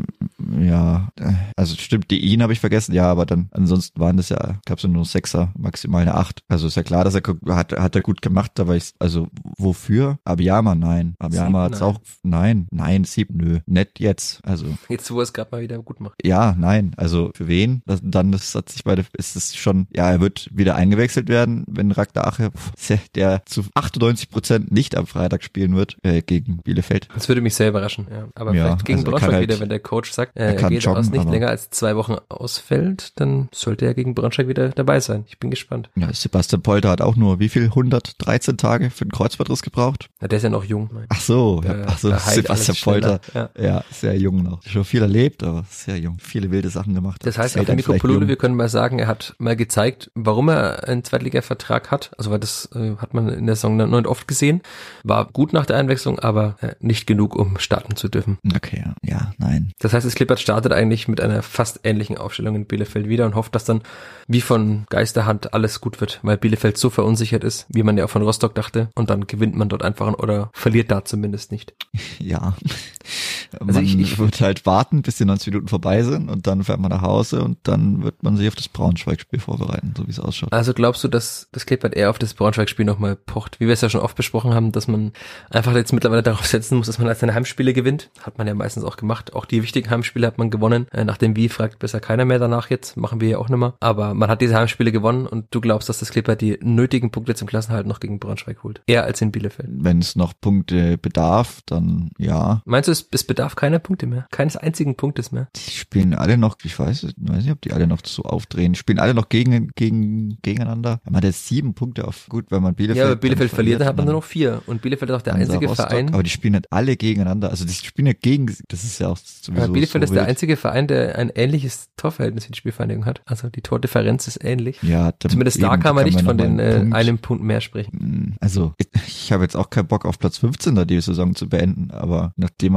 Ja, also stimmt, die ihn habe ich vergessen, ja, aber dann ansonsten waren das ja, gab es ja nur Sechser, maximal eine Acht. Also ist ja klar, dass er hat, hat er gut gemacht, aber ich, also wofür? Abiyama, nein. Abiyama hat's auch, nein, nein, sieben, nö, nicht jetzt, also. Jetzt, wo er es gerade mal wieder gut macht. Ja, nein, also für wen? Das, dann das hat sich bei der, ist es schon, ja, er wird wieder eingewechselt werden, wenn Ragnache, der zu achtundneunzig Prozent nicht am Freitag spielen wird, äh, gegen Bielefeld. Das würde mich sehr überraschen, ja. Aber ja, vielleicht gegen also Braunschweig halt, wieder, wenn der Coach sagt, äh, er, er geht joggen, aus nicht länger als zwei Wochen ausfällt, dann sollte er gegen Braunschweig wieder dabei sein. Ich bin gespannt. Ja, Sebastian Polter hat auch nur wie viel? hundertdreizehn Tage für den Kreuzbandriss gebraucht? Ja, der ist ja noch jung. Mein. Ach so, der, ja, ach so, Sebastian Polter. Ja. ja, sehr jung noch. Schon viel erlebt, aber sehr jung. Viele wilde Sachen gemacht. Das heißt, auf Mikko Polulu, wir können mal sagen, er hat mal gezeigt, warum er einen Zweitliga-Vertrag hat. Also, weil das äh, hat man in der Saison noch nicht oft gesehen. War gut nach der Einwechslung, aber äh, nicht genug, um starten zu dürfen. Okay, ja, ja nein. Das heißt, das Klippert startet eigentlich mit einer fast ähnlichen Aufstellung in Bielefeld wieder und hofft, dass dann wie von Geisterhand alles gut wird, weil Bielefeld so verunsichert ist, wie man ja auch von Rostock dachte, und dann gewinnt man dort einfach oder verliert da zumindest nicht. Ja. Also man ich, ich wird halt warten, bis die neunzig Minuten vorbei sind und dann fährt man nach Hause und dann wird man sich auf das Braunschweig-Spiel vorbereiten, so wie es ausschaut. Also glaubst du, dass das Klippert eher auf das Braunschweig-Spiel nochmal pocht, wie wir es ja schon oft besprochen haben, dass man einfach jetzt mittlerweile darauf setzen muss, dass man als seine Heimspiele gewinnt? Hat man ja meistens auch gemacht. Auch die wichtigen Heimspiele hat man gewonnen. Nach dem Wie fragt besser keiner mehr danach jetzt, machen wir ja auch nicht mehr. Aber man hat diese Heimspiele gewonnen und du glaubst, dass das Klippert die nötigen Punkte zum Klassenerhalt noch gegen Braunschweig holt. Eher als in Bielefeld. Wenn es noch Punkte bedarf, dann ja. Meinst du, es, es bedarf keiner Punkte mehr? Keines einzigen Punktes mehr? Die spielen alle noch, ich weiß, weiß nicht, ob die alle noch so aufdrehen. Die spielen alle noch gegen, gegen, gegeneinander. Man hat jetzt sieben Punkte auf, gut, wenn man Bielefeld. Ja, aber Bielefeld verliert, dann hat man nur noch vier. Und Bielefeld ist auch der einzige Rostock, Verein. Aber die spielen nicht alle gegeneinander. Also die spielen ja gegen, das ist ja auch sowieso ja, Bielefeld so ist der wild. einzige Verein, der ein ähnliches Torverhältnis wie die Spielvereinigung hat. Also die Tordifferenz ist ähnlich. Ja, zumindest da kann man nicht von den äh, Punkt. einem Punkt mehr sprechen. Also ich habe jetzt auch keinen Bock auf Platz fünfzehn da die Saison zu beenden, aber nachdem man irgendwie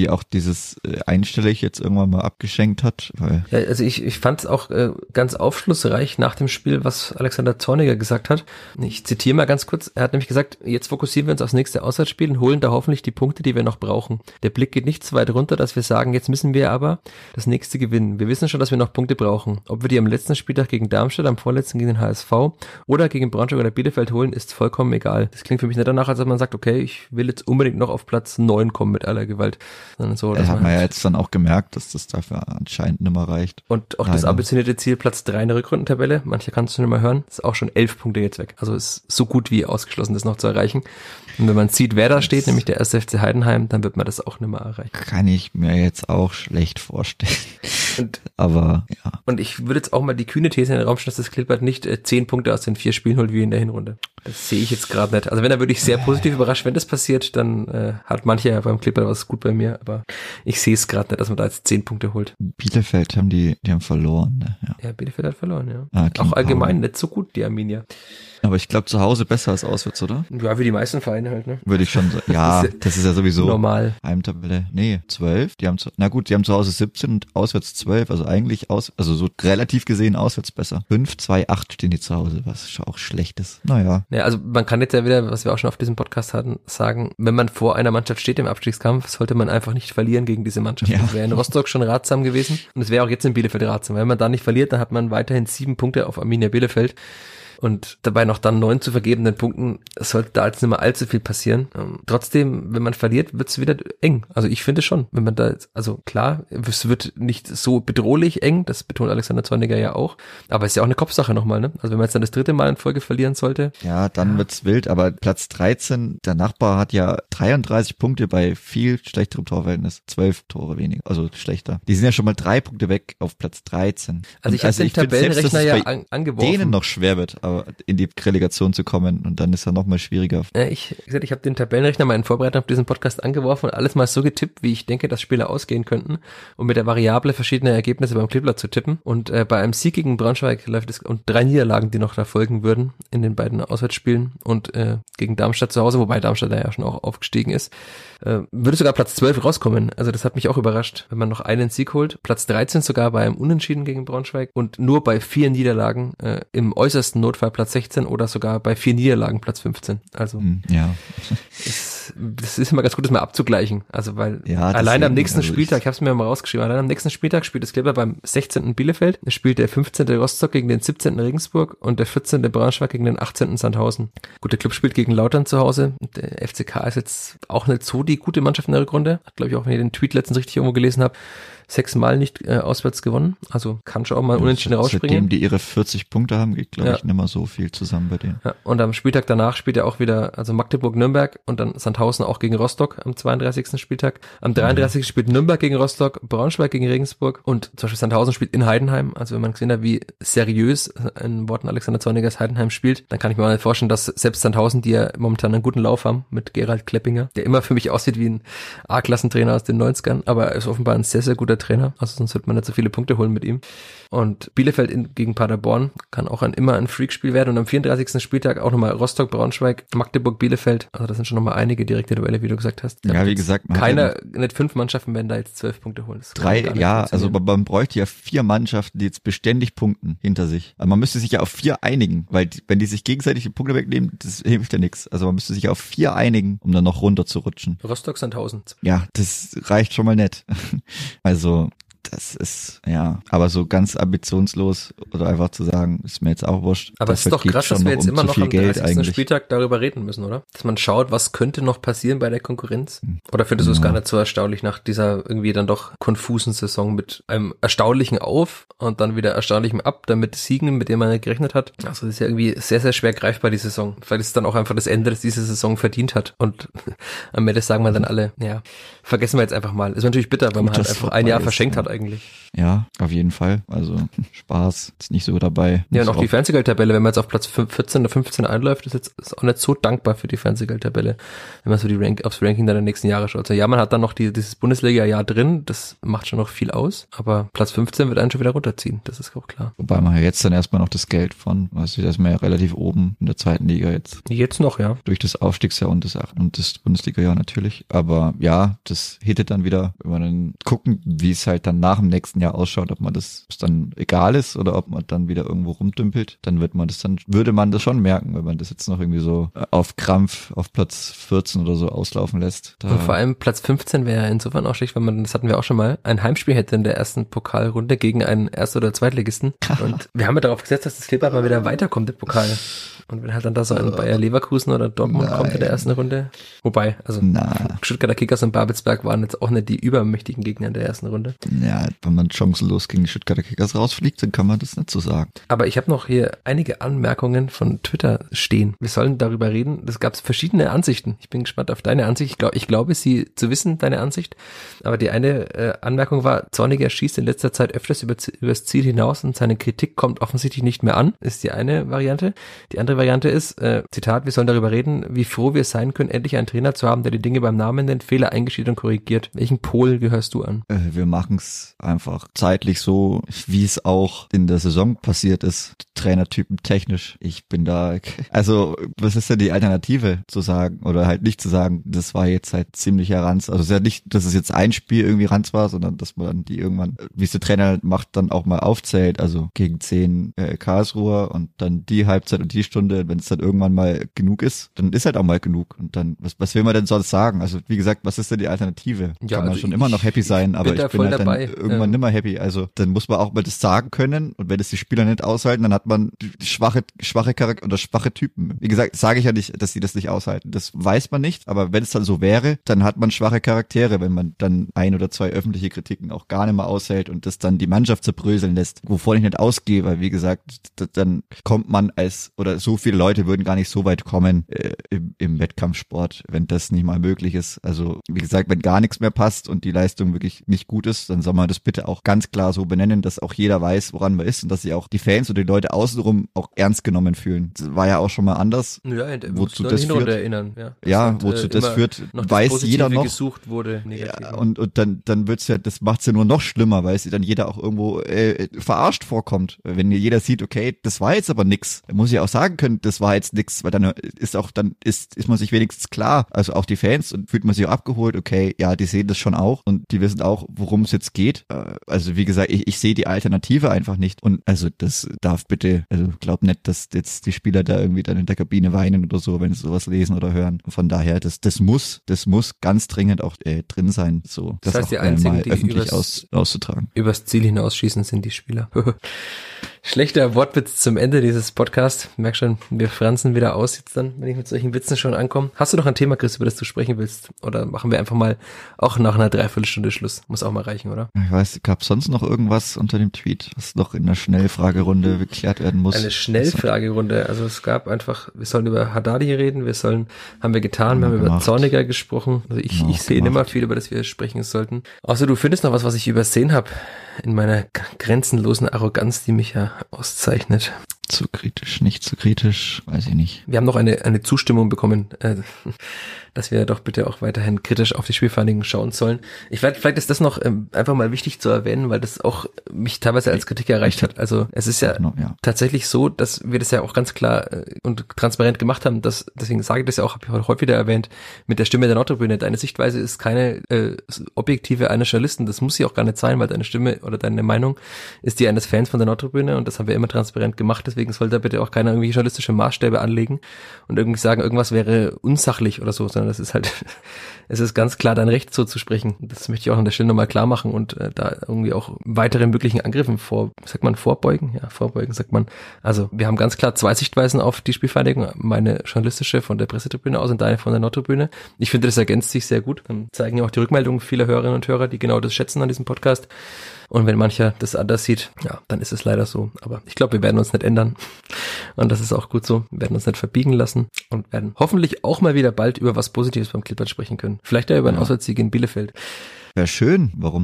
irgendwie auch dieses äh, einstellig jetzt irgendwann mal abgeschenkt hat. Weil ja, also ich, ich fand es auch äh, ganz aufschlussreich nach dem Spiel, was Alexander Zorniger gesagt hat. Ich zitiere mal ganz kurz. Er hat nämlich gesagt, jetzt fokussieren wir uns aufs nächste Auswärtsspiel und holen da hoffentlich die Punkte, die wir noch brauchen. Der Blick geht nicht so weit runter, dass wir sagen, jetzt müssen wir aber das nächste gewinnen. Wir wissen schon, dass wir noch Punkte brauchen. Ob wir die am letzten Spieltag gegen Darmstadt, am vorletzten gegen den H S V oder gegen Braunschweig oder Bielefeld holen, ist vollkommen egal. Das klingt für mich nicht danach, als ob man sagt, okay, ich will jetzt unbedingt noch auf Platz neun kommen mit aller Gewalt. Sondern so, das hat man halt ja jetzt dann auch gemerkt, dass das dafür anscheinend nicht mehr reicht. Und auch Leider. Das ambitionierte Ziel, Platz drei in der Rückrundentabelle, manche kannst du nicht mehr hören, ist auch schon elf Punkte jetzt weg. Also ist so gut wie ausgeschlossen, das noch zu erreichen. Und wenn man sieht, wer da steht, das nämlich der erste F C Heidenheim, dann wird man das auch nicht mehr erreichen. Kann ich mir jetzt auch schlecht vorstellen. Und, Aber ja. Und ich würde jetzt auch mal die kühne These in den Raum stellen, dass das Klippert nicht äh, zehn Punkte aus den vier Spielen holt wie in der Hinrunde. Das sehe ich jetzt gerade nicht. Also wenn, dann würde ich sehr positiv überrascht, wenn das passiert, dann äh, hat mancher ja beim Klippert was gut bei mir, aber ich sehe es gerade nicht, dass man da jetzt zehn Punkte holt. Bielefeld haben die, die haben verloren. Ne? Ja. ja, Bielefeld hat verloren, ja. Ah, auch allgemein nicht so gut, die Arminia. Aber ich glaube zu Hause besser als auswärts, oder? Ja, wie die meisten Vereine halt, ne? Würde ich schon sagen. Ja, das ist ja sowieso normal. Heimtabelle. Nee, zwölf. Die haben zu, na gut, die haben zu Hause siebzehn und auswärts zwölf. Also eigentlich aus, also so relativ gesehen auswärts besser. fünf, zwei, acht stehen die zu Hause, was schon auch schlecht ist. Naja. Ja, also man kann jetzt ja wieder, was wir auch schon auf diesem Podcast hatten, sagen, wenn man vor einer Mannschaft steht im Abstiegskampf, sollte man einfach nicht verlieren gegen diese Mannschaft. Ja. Das wäre in Rostock schon ratsam gewesen und es wäre auch jetzt in Bielefeld ratsam. Wenn man da nicht verliert, dann hat man weiterhin sieben Punkte auf Arminia Bielefeld. Und dabei noch dann neun zu vergebenen Punkten, es sollte da jetzt nicht mehr allzu viel passieren. Ähm, trotzdem, wenn man verliert, wird es wieder eng. Also ich finde schon, wenn man da jetzt, also klar, es wird nicht so bedrohlich eng, das betont Alexander Zorniger ja auch, aber es ist ja auch eine Kopfsache nochmal, ne? Also wenn man jetzt dann das dritte Mal in Folge verlieren sollte. Ja, dann ja. wird's wild, aber Platz dreizehn, der Nachbar hat ja dreiunddreißig Punkte bei viel schlechterem Torverhältnis, zwölf Tore weniger, also schlechter. Die sind ja schon mal drei Punkte weg auf Platz dreizehn. Also ich habe also den Tabellenrechner ja an, angeworfen. Denen noch schwer wird, aber in die Relegation zu kommen und dann ist er noch mal schwieriger. Ja, ich gesagt, ich habe den Tabellenrechner mal in Vorbereitung auf diesen Podcast angeworfen und alles mal so getippt, wie ich denke, dass Spiele ausgehen könnten, um mit der Variable verschiedene Ergebnisse beim Klippler zu tippen. Und äh, bei einem Sieg gegen Braunschweig läuft es und drei Niederlagen, die noch da folgen würden in den beiden Auswärtsspielen und äh, gegen Darmstadt zu Hause, wobei Darmstadt da ja schon auch aufgestiegen ist, äh, würde sogar Platz zwölf rauskommen. Also das hat mich auch überrascht, wenn man noch einen Sieg holt. Platz dreizehn sogar bei einem Unentschieden gegen Braunschweig und nur bei vier Niederlagen äh, im äußersten Notfall Platz sechzehn oder sogar bei vier Niederlagen Platz fünfzehn. Also ja. es, das ist immer ganz gut, das mal abzugleichen. Also weil ja, allein am nächsten also Spieltag, ich habe es mir mal rausgeschrieben, allein am nächsten Spieltag spielt das Klippert beim sechzehnten Bielefeld, es spielt der fünfzehnte Rostock gegen den siebzehnten Regensburg und der vierzehnte Braunschweig gegen den achtzehnten Sandhausen. Gut, der Club spielt gegen Lautern zu Hause. Der F C K ist jetzt auch nicht so die gute Mannschaft in der Rückrunde. Hat, glaube ich, auch, wenn ich den Tweet letztens richtig irgendwo gelesen habe, sechsmal nicht äh, auswärts gewonnen. Also kann schon auch mal unentschieden rausspringen. Seitdem die ihre vierzig Punkte haben, geht, glaube ja. ich, nicht mehr so viel zusammen bei denen. Ja, und am Spieltag danach spielt er auch wieder, also Magdeburg-Nürnberg und dann Sandhausen auch gegen Rostock am zweiunddreißigsten Spieltag. Am dreiunddreißigsten Mhm. spielt Nürnberg gegen Rostock, Braunschweig gegen Regensburg und zum Beispiel Sandhausen spielt in Heidenheim. Also wenn man gesehen hat, wie seriös in Worten Alexander Zornigers Heidenheim spielt, dann kann ich mir mal vorstellen, dass selbst Sandhausen, die ja momentan einen guten Lauf haben mit Gerald Kleppinger, der immer für mich aussieht wie ein A-Klassentrainer aus den neunzigern, aber er ist offenbar ein sehr, sehr guter Trainer. Also sonst wird man nicht so viele Punkte holen mit ihm. Und Bielefeld in, gegen Paderborn kann auch ein, immer ein Freakspiel werden. Und am vierunddreißigsten Spieltag auch nochmal Rostock, Braunschweig, Magdeburg, Bielefeld. Also das sind schon nochmal einige direkte Duelle, wie du gesagt hast. Ja, wie gesagt. Keiner, nicht fünf Mannschaften werden da jetzt zwölf Punkte holen. Drei, ja, also man, man bräuchte ja vier Mannschaften, die jetzt beständig punkten hinter sich. Aber man müsste sich ja auf vier einigen, weil die, wenn die sich gegenseitig die Punkte wegnehmen, das hilft ja nichts. Also man müsste sich auf vier einigen, um dann noch runter zu rutschen. Rostock Sandhausen. Ja, das reicht schon mal nicht. Also das ist, ja, aber so ganz ambitionslos oder einfach zu sagen, ist mir jetzt auch wurscht. Aber es ist doch krass, dass wir jetzt um immer noch am dreißigsten Spieltag darüber reden müssen, oder? Dass man schaut, was könnte noch passieren bei der Konkurrenz? Oder findest du es ja. gar nicht so erstaunlich nach dieser irgendwie dann doch konfusen Saison mit einem erstaunlichen Auf und dann wieder erstaunlichem Ab, dann mit Siegen, mit denen man nicht gerechnet hat? Also das ist ja irgendwie sehr, sehr schwer greifbar, die Saison. Vielleicht ist es dann auch einfach das Ende, das diese Saison verdient hat. Und am Ende sagen wir dann alle, ja, vergessen wir jetzt einfach mal. Ist natürlich bitter, weil man halt einfach ein Jahr verschenkt hat eigentlich. Ja, auf jeden Fall. Also Spaß ist nicht so dabei. Ja, und Ist auch die Fernsehgeldtabelle, wenn man jetzt auf Platz vierzehn oder fünfzehn einläuft, ist jetzt ist auch nicht so dankbar für die Fernsehgeldtabelle, wenn man so die Rank, aufs Ranking dann der nächsten Jahre schaut. Also ja, man hat dann noch die, dieses Bundesliga-Jahr drin, das macht schon noch viel aus, aber Platz fünfzehn wird einen schon wieder runterziehen, das ist auch klar. Wobei man ja jetzt dann erstmal noch das Geld von, weißt du, da ist man ja relativ oben in der zweiten Liga jetzt. Jetzt noch, ja. Durch das Aufstiegsjahr und das, und das Bundesliga-Jahr natürlich. Aber ja, das hittet dann wieder, wenn wir dann gucken, wie es halt dann nach dem nächsten Jahr ausschaut, ob man das dann egal ist oder ob man dann wieder irgendwo rumdümpelt, dann wird man das dann, würde man das schon merken, wenn man das jetzt noch irgendwie so auf Krampf auf Platz vierzehn oder so auslaufen lässt. Da Und vor allem Platz fünfzehn wäre ja insofern auch schlecht, wenn man, das hatten wir auch schon mal, ein Heimspiel hätte in der ersten Pokalrunde gegen einen Erst- oder Zweitligisten. Und wir haben ja darauf gesetzt, dass das Kleeblatt mal wieder weiterkommt im Pokal. Und wenn halt dann da so ein Bayer Leverkusen oder Dortmund Nein. kommt in der ersten Runde. Wobei, also Na. Stuttgarter Kickers und Babelsberg waren jetzt auch nicht die übermächtigen Gegner in der ersten Runde. Ja, wenn man chancenlos gegen die Stuttgarter Kickers rausfliegt, dann kann man das nicht so sagen. Aber ich habe noch hier einige Anmerkungen von Twitter stehen. Wir sollen darüber reden. Es gab verschiedene Ansichten. Ich bin gespannt auf deine Ansicht. Ich, glaub, ich glaube, sie zu wissen, deine Ansicht. Aber die eine äh, Anmerkung war, Zorniger schießt in letzter Zeit öfters über, übers Ziel hinaus und seine Kritik kommt offensichtlich nicht mehr an. Ist die eine Variante. Die andere Variante ist, äh, Zitat, wir sollen darüber reden, wie froh wir sein können, endlich einen Trainer zu haben, der die Dinge beim Namen nennt, Fehler eingesteht und korrigiert. Welchen Pol gehörst du an? Äh, wir machen es einfach zeitlich so, wie es auch in der Saison passiert ist, Trainertypen technisch. Ich bin da, also was ist denn die Alternative zu sagen oder halt nicht zu sagen, das war jetzt halt ziemlicher Ranz. Also es ist ja nicht, dass es jetzt ein Spiel irgendwie Ranz war, sondern dass man die irgendwann, wie es der Trainer macht, dann auch mal aufzählt, also gegen zehn äh, Karlsruher und dann die Halbzeit und die Stunde, wenn es dann irgendwann mal genug ist, dann ist halt auch mal genug. Und dann, was, was will man denn sonst sagen? Also wie gesagt, was ist denn die Alternative? Ja, Kann man also schon immer noch happy sein, aber bin da ich bin voll halt dabei. dann irgendwann Ja. nimmer happy. Also dann muss man auch mal das sagen können und wenn es die Spieler nicht aushalten, dann hat man die schwache, schwache Charakter oder schwache Typen. Wie gesagt, sage ich ja nicht, dass sie das nicht aushalten. Das weiß man nicht, aber wenn es dann so wäre, dann hat man schwache Charaktere, wenn man dann ein oder zwei öffentliche Kritiken auch gar nicht mehr aushält und das dann die Mannschaft zerbröseln lässt, wovon ich nicht ausgehe, weil wie gesagt, d- dann kommt man als, oder so viele Leute würden gar nicht so weit kommen äh, im, im Wettkampfsport, wenn das nicht mal möglich ist. Also wie gesagt, wenn gar nichts mehr passt und die Leistung wirklich nicht gut ist, dann soll man das bitte auch ganz klar so benennen, dass auch jeder weiß, woran man ist und dass sich auch die Fans oder die Leute außenrum auch ernst genommen fühlen. Das war ja auch schon mal anders. Ja, Wozu das führt? Erinnern, ja, Ja, halt, wozu äh, das immer führt, noch das weiß Positive jeder noch. gesucht wurde. Negativ. Ja, und, und dann, dann wird's ja, das macht's ja nur noch schlimmer, weil es dann jeder auch irgendwo äh, verarscht vorkommt. Wenn jeder sieht, okay, das war jetzt aber nix, dann muss ich auch sagen können, das war jetzt nix, weil dann ist auch, dann ist, ist man sich wenigstens klar, also auch die Fans, und fühlt man sich auch abgeholt, okay, ja, die sehen das schon auch und die wissen auch, worum es jetzt geht. Äh, Also wie gesagt, ich, ich sehe die Alternative einfach nicht und also das darf bitte, also glaub nicht, dass jetzt die Spieler da irgendwie dann in der Kabine weinen oder so, wenn sie sowas lesen oder hören. Von daher, das, das muss, das muss ganz dringend auch äh, drin sein, so Das heißt, auch die einzigen, mal die öffentlich übers- aus, auszutragen. Übers Ziel hinausschießen sind die Spieler. Schlechter Wortwitz zum Ende dieses Podcasts. Merk schon, wir franzen wieder aus jetzt dann, wenn ich mit solchen Witzen schon ankomme. Hast du noch ein Thema, Chris, über das du sprechen willst? Oder machen wir einfach mal auch nach einer Dreiviertelstunde Schluss? Muss auch mal reichen, oder? Ich weiß, gab sonst noch irgendwas unter dem Tweet, was noch in der Schnellfragerunde geklärt werden muss? Eine Schnellfragerunde. Also es gab einfach, wir sollen über Haddadi reden, wir sollen, haben wir getan, Haben wir wir haben über gemacht. Zorniger gesprochen. Also ich, Haben wir ich auch sehe gemacht. immer viel, über das wir sprechen sollten. Außer du findest noch was, was ich übersehen habe in meiner g- grenzenlosen Arroganz, die mich ja auszeichnet. Zu kritisch, nicht zu kritisch, weiß ich nicht. Wir haben noch eine, eine Zustimmung bekommen, äh, dass wir doch bitte auch weiterhin kritisch auf die Spielvereinigung schauen sollen. Ich vielleicht, vielleicht ist das noch ähm, einfach mal wichtig zu erwähnen, weil das auch mich teilweise als Kritik erreicht hat. Also es ist ja Genau, ja. tatsächlich so, dass wir das ja auch ganz klar äh, und transparent gemacht haben. Dass, deswegen sage ich das ja auch, habe ich heute häufig wieder erwähnt, mit der Stimme der Nordtribüne. Deine Sichtweise ist keine äh, objektive eines Journalisten. Das muss sie auch gar nicht sein, weil deine Stimme oder deine Meinung ist die eines Fans von der Nordtribüne und das haben wir immer transparent gemacht. Deswegen soll da bitte auch keiner irgendwie journalistische Maßstäbe anlegen und irgendwie sagen, irgendwas wäre unsachlich oder so, sondern das ist halt, es ist ganz klar dein Recht so zu sprechen. Das möchte ich auch an der Stelle nochmal klar machen und äh, da irgendwie auch weiteren möglichen Angriffen vor, sagt man vorbeugen? Ja, vorbeugen sagt man. Also wir haben ganz klar zwei Sichtweisen auf die Spielvereinigung. Meine journalistische von der Pressetribüne aus und deine von der Nordtribüne. Ich finde, das ergänzt sich sehr gut. Dann zeigen ja auch die Rückmeldungen vieler Hörerinnen und Hörer, die genau das schätzen an diesem Podcast. Und wenn mancher das anders sieht, ja, dann ist es leider so. Aber ich glaube, wir werden uns nicht ändern. Und das ist auch gut so. Wir werden uns nicht verbiegen lassen und werden hoffentlich auch mal wieder bald über was Positives beim Klippert sprechen können. Vielleicht ja über einen Ja. Auswärtssieg in Bielefeld. Wäre schön, warum nicht?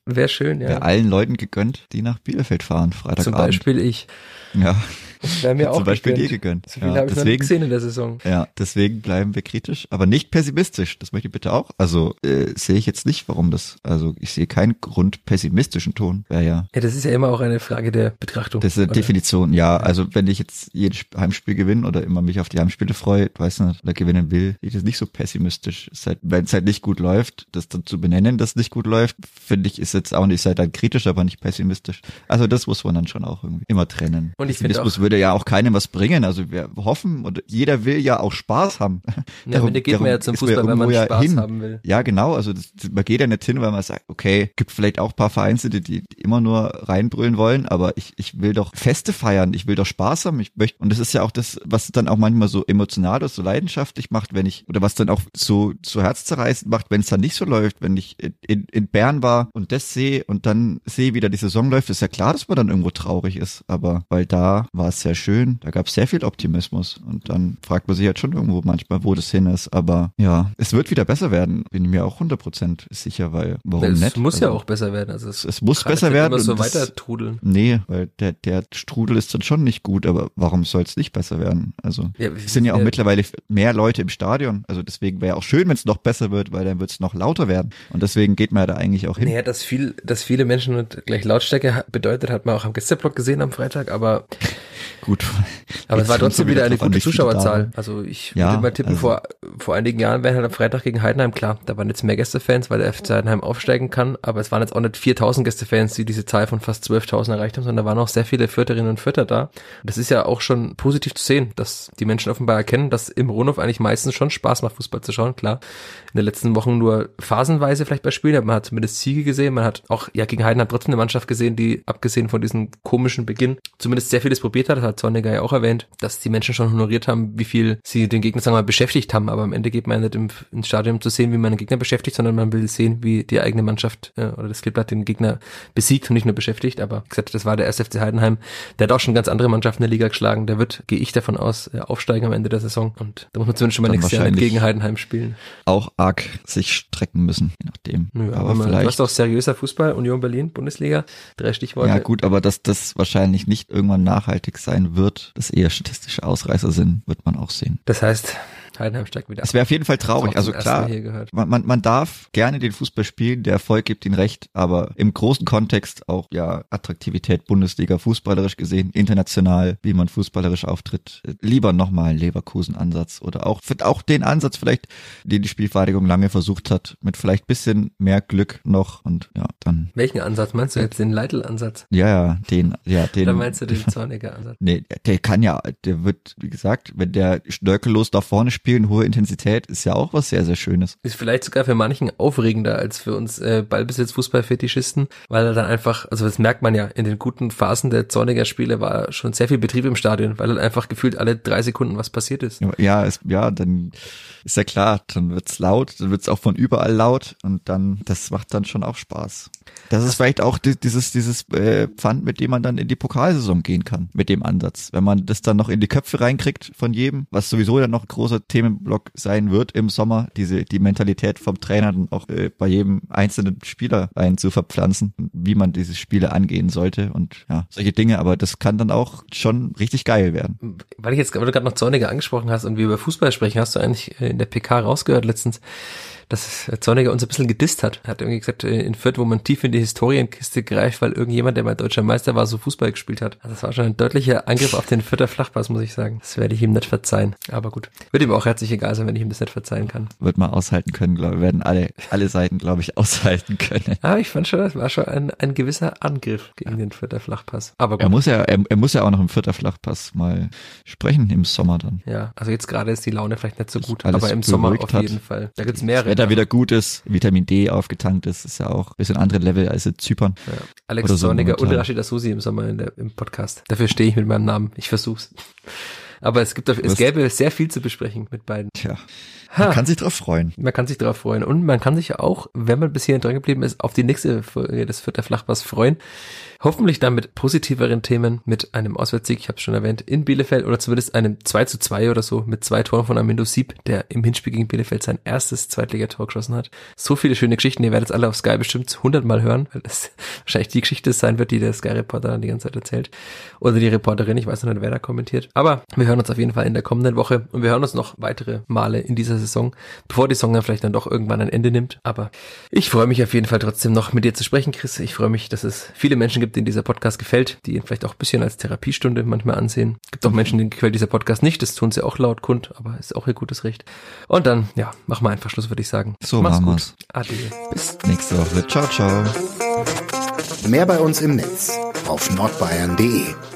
wäre schön, ja. Wäre allen Leuten gegönnt, die nach Bielefeld fahren, Freitagabend. Zum Beispiel ich. Ja. Das wäre mir auch Zum Beispiel gegönnt. dir gegönnt. So viel Ja, habe ich noch deswegen- nicht gesehen in der Saison. Ja, deswegen bleiben wir kritisch, aber nicht pessimistisch. Das möchte ich bitte auch. Also äh, sehe ich jetzt nicht, warum das. Also ich sehe keinen Grund pessimistischen Ton. Wäre ja. Ja, das ist ja immer auch eine Frage der Betrachtung. Das ist eine oder? Definition. Ja, also wenn ich jetzt jedes Sp- Heimspiel gewinne oder immer mich auf die Heimspiele freue, weiß nicht, oder gewinnen will, sehe ich das nicht so pessimistisch. Es ist halt, wenn es halt nicht gut läuft, das dann zu benennen, dass es nicht gut läuft, finde ich, ist jetzt auch nicht, ist halt dann kritisch, aber nicht pessimistisch. Also das muss man dann schon auch irgendwie immer trennen. Und ich finde Pessimismus auch- würde ja auch keinem was bringen. Also wir hoffen und jeder will ja auch Spaß haben. Ja, am Ende geht man ja zum ist man Fußball, wenn man irgendwo ja Spaß hin. haben will. Ja, genau. Also das, man geht ja nicht hin, weil man sagt, okay, gibt vielleicht auch ein paar Vereine, die, die immer nur reinbrüllen wollen, aber ich, ich will doch Feste feiern, ich will doch Spaß haben, ich möchte, und das ist ja auch das, was dann auch manchmal so emotional oder so leidenschaftlich macht, wenn ich, oder was dann auch so, so herzzerreißend macht, wenn es dann nicht so läuft, wenn ich in, in Bern war und das sehe und dann sehe, wie da die Saison läuft, ist ja klar, dass man dann irgendwo traurig ist, aber weil da war es sehr schön, da gab es sehr viel Optimismus und dann fragt man sich halt schon irgendwo manchmal, wo das hin ist, aber ja, es wird wieder besser werden, bin ich mir auch hundert Prozent sicher, weil warum es nicht? muss ja Also, auch besser werden. Also es, es muss kann besser nicht werden immer so und das- weiter trudeln. Nee, weil der, der Strudel ist dann schon nicht gut, aber warum soll es nicht besser werden? Also Ja, es sind ja auch ja- mittlerweile mehr Leute im Stadion, also deswegen wäre auch schön, wenn es noch besser wird, weil dann wird es noch lauter werden und deswegen geht man ja da eigentlich auch hin. Naja, dass viel, dass viele Menschen und gleich Lautstärke ha- bedeutet, hat man auch am Gästeblock gesehen am Freitag, aber, Gut. aber es Jetzt war kommt's trotzdem wieder wieder eine drauf an, gute wie viele da Zuschauerzahl. waren. Also ich Ja, würde mal tippen, also- vor, vor einigen Jahren wären halt am Freitag gegen Heidenheim, klar, da waren jetzt mehr Gästefans, weil der F C Heidenheim aufsteigen kann, aber es waren jetzt auch nicht viertausend Gästefans, die diese Zahl von fast zwölftausend erreicht haben, sondern da waren auch sehr viele Fürtherinnen und Fürther da. Und das ist ja auch schon positiv zu sehen, dass die Menschen offenbar erkennen, dass im Rundhof eigentlich meistens schon Spaß macht, Fußball zu schauen, klar. In den letzten Wochen nur phasenweise vielleicht bei Spielen, aber man hat zumindest Siege gesehen, man hat auch ja gegen Heidenheim trotzdem eine Mannschaft gesehen, die abgesehen von diesem komischen Beginn zumindest sehr vieles probiert hat, das hat Zorniger ja auch erwähnt, dass die Menschen schon honoriert haben, wie viel sie den Gegner, sagen wir mal, beschäftigt haben, aber am Ende geht man ja nicht im, ins Stadion um zu sehen, wie man den Gegner beschäftigt, sondern man will sehen, wie die eigene Mannschaft äh, oder das Kleeblatt den Gegner besiegt und nicht nur beschäftigt, aber wie gesagt, das war der erste F C Heidenheim, der hat auch schon ganz andere Mannschaften in der Liga geschlagen, der wird, gehe ich davon aus, äh, aufsteigen am Ende der Saison und da muss man zumindest schon mal Dann nächstes Jahr nicht wahrscheinlich gegen Heidenheim spielen. Auch arg sich strecken müssen, je nachdem. Nö, aber aber man, du vielleicht. hast auch seriöser Fußball, Union Berlin, Bundesliga, drei Stichworte. Ja gut, aber dass das wahrscheinlich nicht irgendwann nachhaltig sein wird, dass eher statistische Ausreißer sind, wird man auch sehen. Das heißt, Heidenheim steigt wieder ab. Es wäre auf jeden Fall traurig. Das ist Also auch zum ersten Mal klar, hier gehört. man, man, man darf gerne den Fußball spielen, der Erfolg gibt ihn recht, aber im großen Kontext auch ja Attraktivität Bundesliga, fußballerisch gesehen, international, wie man fußballerisch auftritt, lieber nochmal einen Leverkusen-Ansatz oder auch, auch den Ansatz vielleicht, den die Spielvereinigung lange versucht hat, mit vielleicht bisschen mehr Glück noch und ja, dann, Welchen Ansatz meinst du jetzt? Den Leitl-Ansatz? ja, ja, den, ja, den. Oder meinst du den Zorniger-Ansatz? Nee, der kann ja, der wird, wie gesagt, wenn der schnörkellos da vorne spielt, hohe Intensität, ist ja auch was sehr, sehr Schönes. Ist vielleicht sogar für manchen aufregender als für uns äh, Ballbesitz-Fußball-Fetischisten, weil er dann einfach, also das merkt man ja, in den guten Phasen der Zorniger Spiele war schon sehr viel Betrieb im Stadion, weil halt einfach gefühlt alle drei Sekunden was passiert ist. Ja, es, ja, dann ist ja klar, dann wird's laut, dann wird's auch von überall laut und dann, das macht dann schon auch Spaß. Das ist vielleicht auch die, dieses, dieses äh, Pfand, mit dem man dann in die Pokalsaison gehen kann, mit dem Ansatz. Wenn man das dann noch in die Köpfe reinkriegt von jedem, was sowieso dann noch ein großer Themenblock sein wird im Sommer, diese, die Mentalität vom Trainer dann auch äh, bei jedem einzelnen Spieler rein zu verpflanzen, wie man diese Spiele angehen sollte und ja, solche Dinge, aber das kann dann auch schon richtig geil werden. Weil ich jetzt, weil du gerade noch Zorniger angesprochen hast und wir über Fußball sprechen, hast du eigentlich in der P K rausgehört letztens, dass Zorniger uns ein bisschen gedisst hat. Er hat irgendwie gesagt, in Fürth, wo man tief in die Historienkiste greift, weil irgendjemand, der mal deutscher Meister war, so Fußball gespielt hat. Also das war schon ein deutlicher Angriff auf den Fürther Flachpass, muss ich sagen. Das werde ich ihm nicht verzeihen. Aber gut. Wird ihm auch herzlich egal sein, wenn ich ihm das nicht verzeihen kann. Wird man aushalten können, glaube ich, werden alle, alle Seiten, glaube ich, aushalten können. Aber ich fand schon, das war schon ein, ein gewisser Angriff gegen den Fürther Flachpass. Aber gut. Er muss ja, er, er muss ja auch noch im Fürther Flachpass mal sprechen im Sommer dann. Ja, also jetzt gerade ist die Laune vielleicht nicht so gut, Alles aber im Sommer beruhigt auf hat. jeden Fall. Da gibt's mehrere. Wetter wieder gut ist, Vitamin D aufgetankt ist, ist ja auch ein bisschen andere Level als in Zypern. Ja. Alex Oder so Zorniger und momentan. Rashid Asusi im Sommer in der, im Podcast. Dafür stehe ich mit meinem Namen. Ich versuch's. Aber es gibt, es Was? gäbe sehr viel zu besprechen mit beiden. Tja, Man kann sich drauf freuen. Man kann sich drauf freuen. Und man kann sich auch, wenn man bis hierhin dran geblieben ist, auf die nächste Folge des Fürther Flachpass freuen. Hoffentlich dann mit positiveren Themen, mit einem Auswärtssieg, ich habe es schon erwähnt, in Bielefeld oder zumindest einem zwei zu zwei oder so mit zwei Toren von Armindo Sieb, der im Hinspiel gegen Bielefeld sein erstes Zweitligator geschossen hat. So viele schöne Geschichten, ihr werdet es alle auf Sky bestimmt hundertmal hören, weil das wahrscheinlich die Geschichte sein wird, die der Sky-Reporter dann die ganze Zeit erzählt. Oder die Reporterin, ich weiß noch nicht, wer da kommentiert. Aber wir hören uns auf jeden Fall in der kommenden Woche und wir hören uns noch weitere Male in dieser Saison, bevor die Saison dann vielleicht dann doch irgendwann ein Ende nimmt. Aber ich freue mich auf jeden Fall trotzdem noch mit dir zu sprechen, Chris. Ich freue mich, dass es viele Menschen gibt, denen dieser Podcast gefällt, die ihn vielleicht auch ein bisschen als Therapiestunde manchmal ansehen. Gibt auch Menschen, denen gefällt dieser Podcast nicht, das tun sie auch laut kund, aber ist auch ihr gutes Recht. Und dann, ja, machen wir einfach Schluss, würde ich sagen. So machen wir's. Ade. Bis nächste Woche. Ciao, ciao. Mehr bei uns im Netz auf nordbayern punkt de.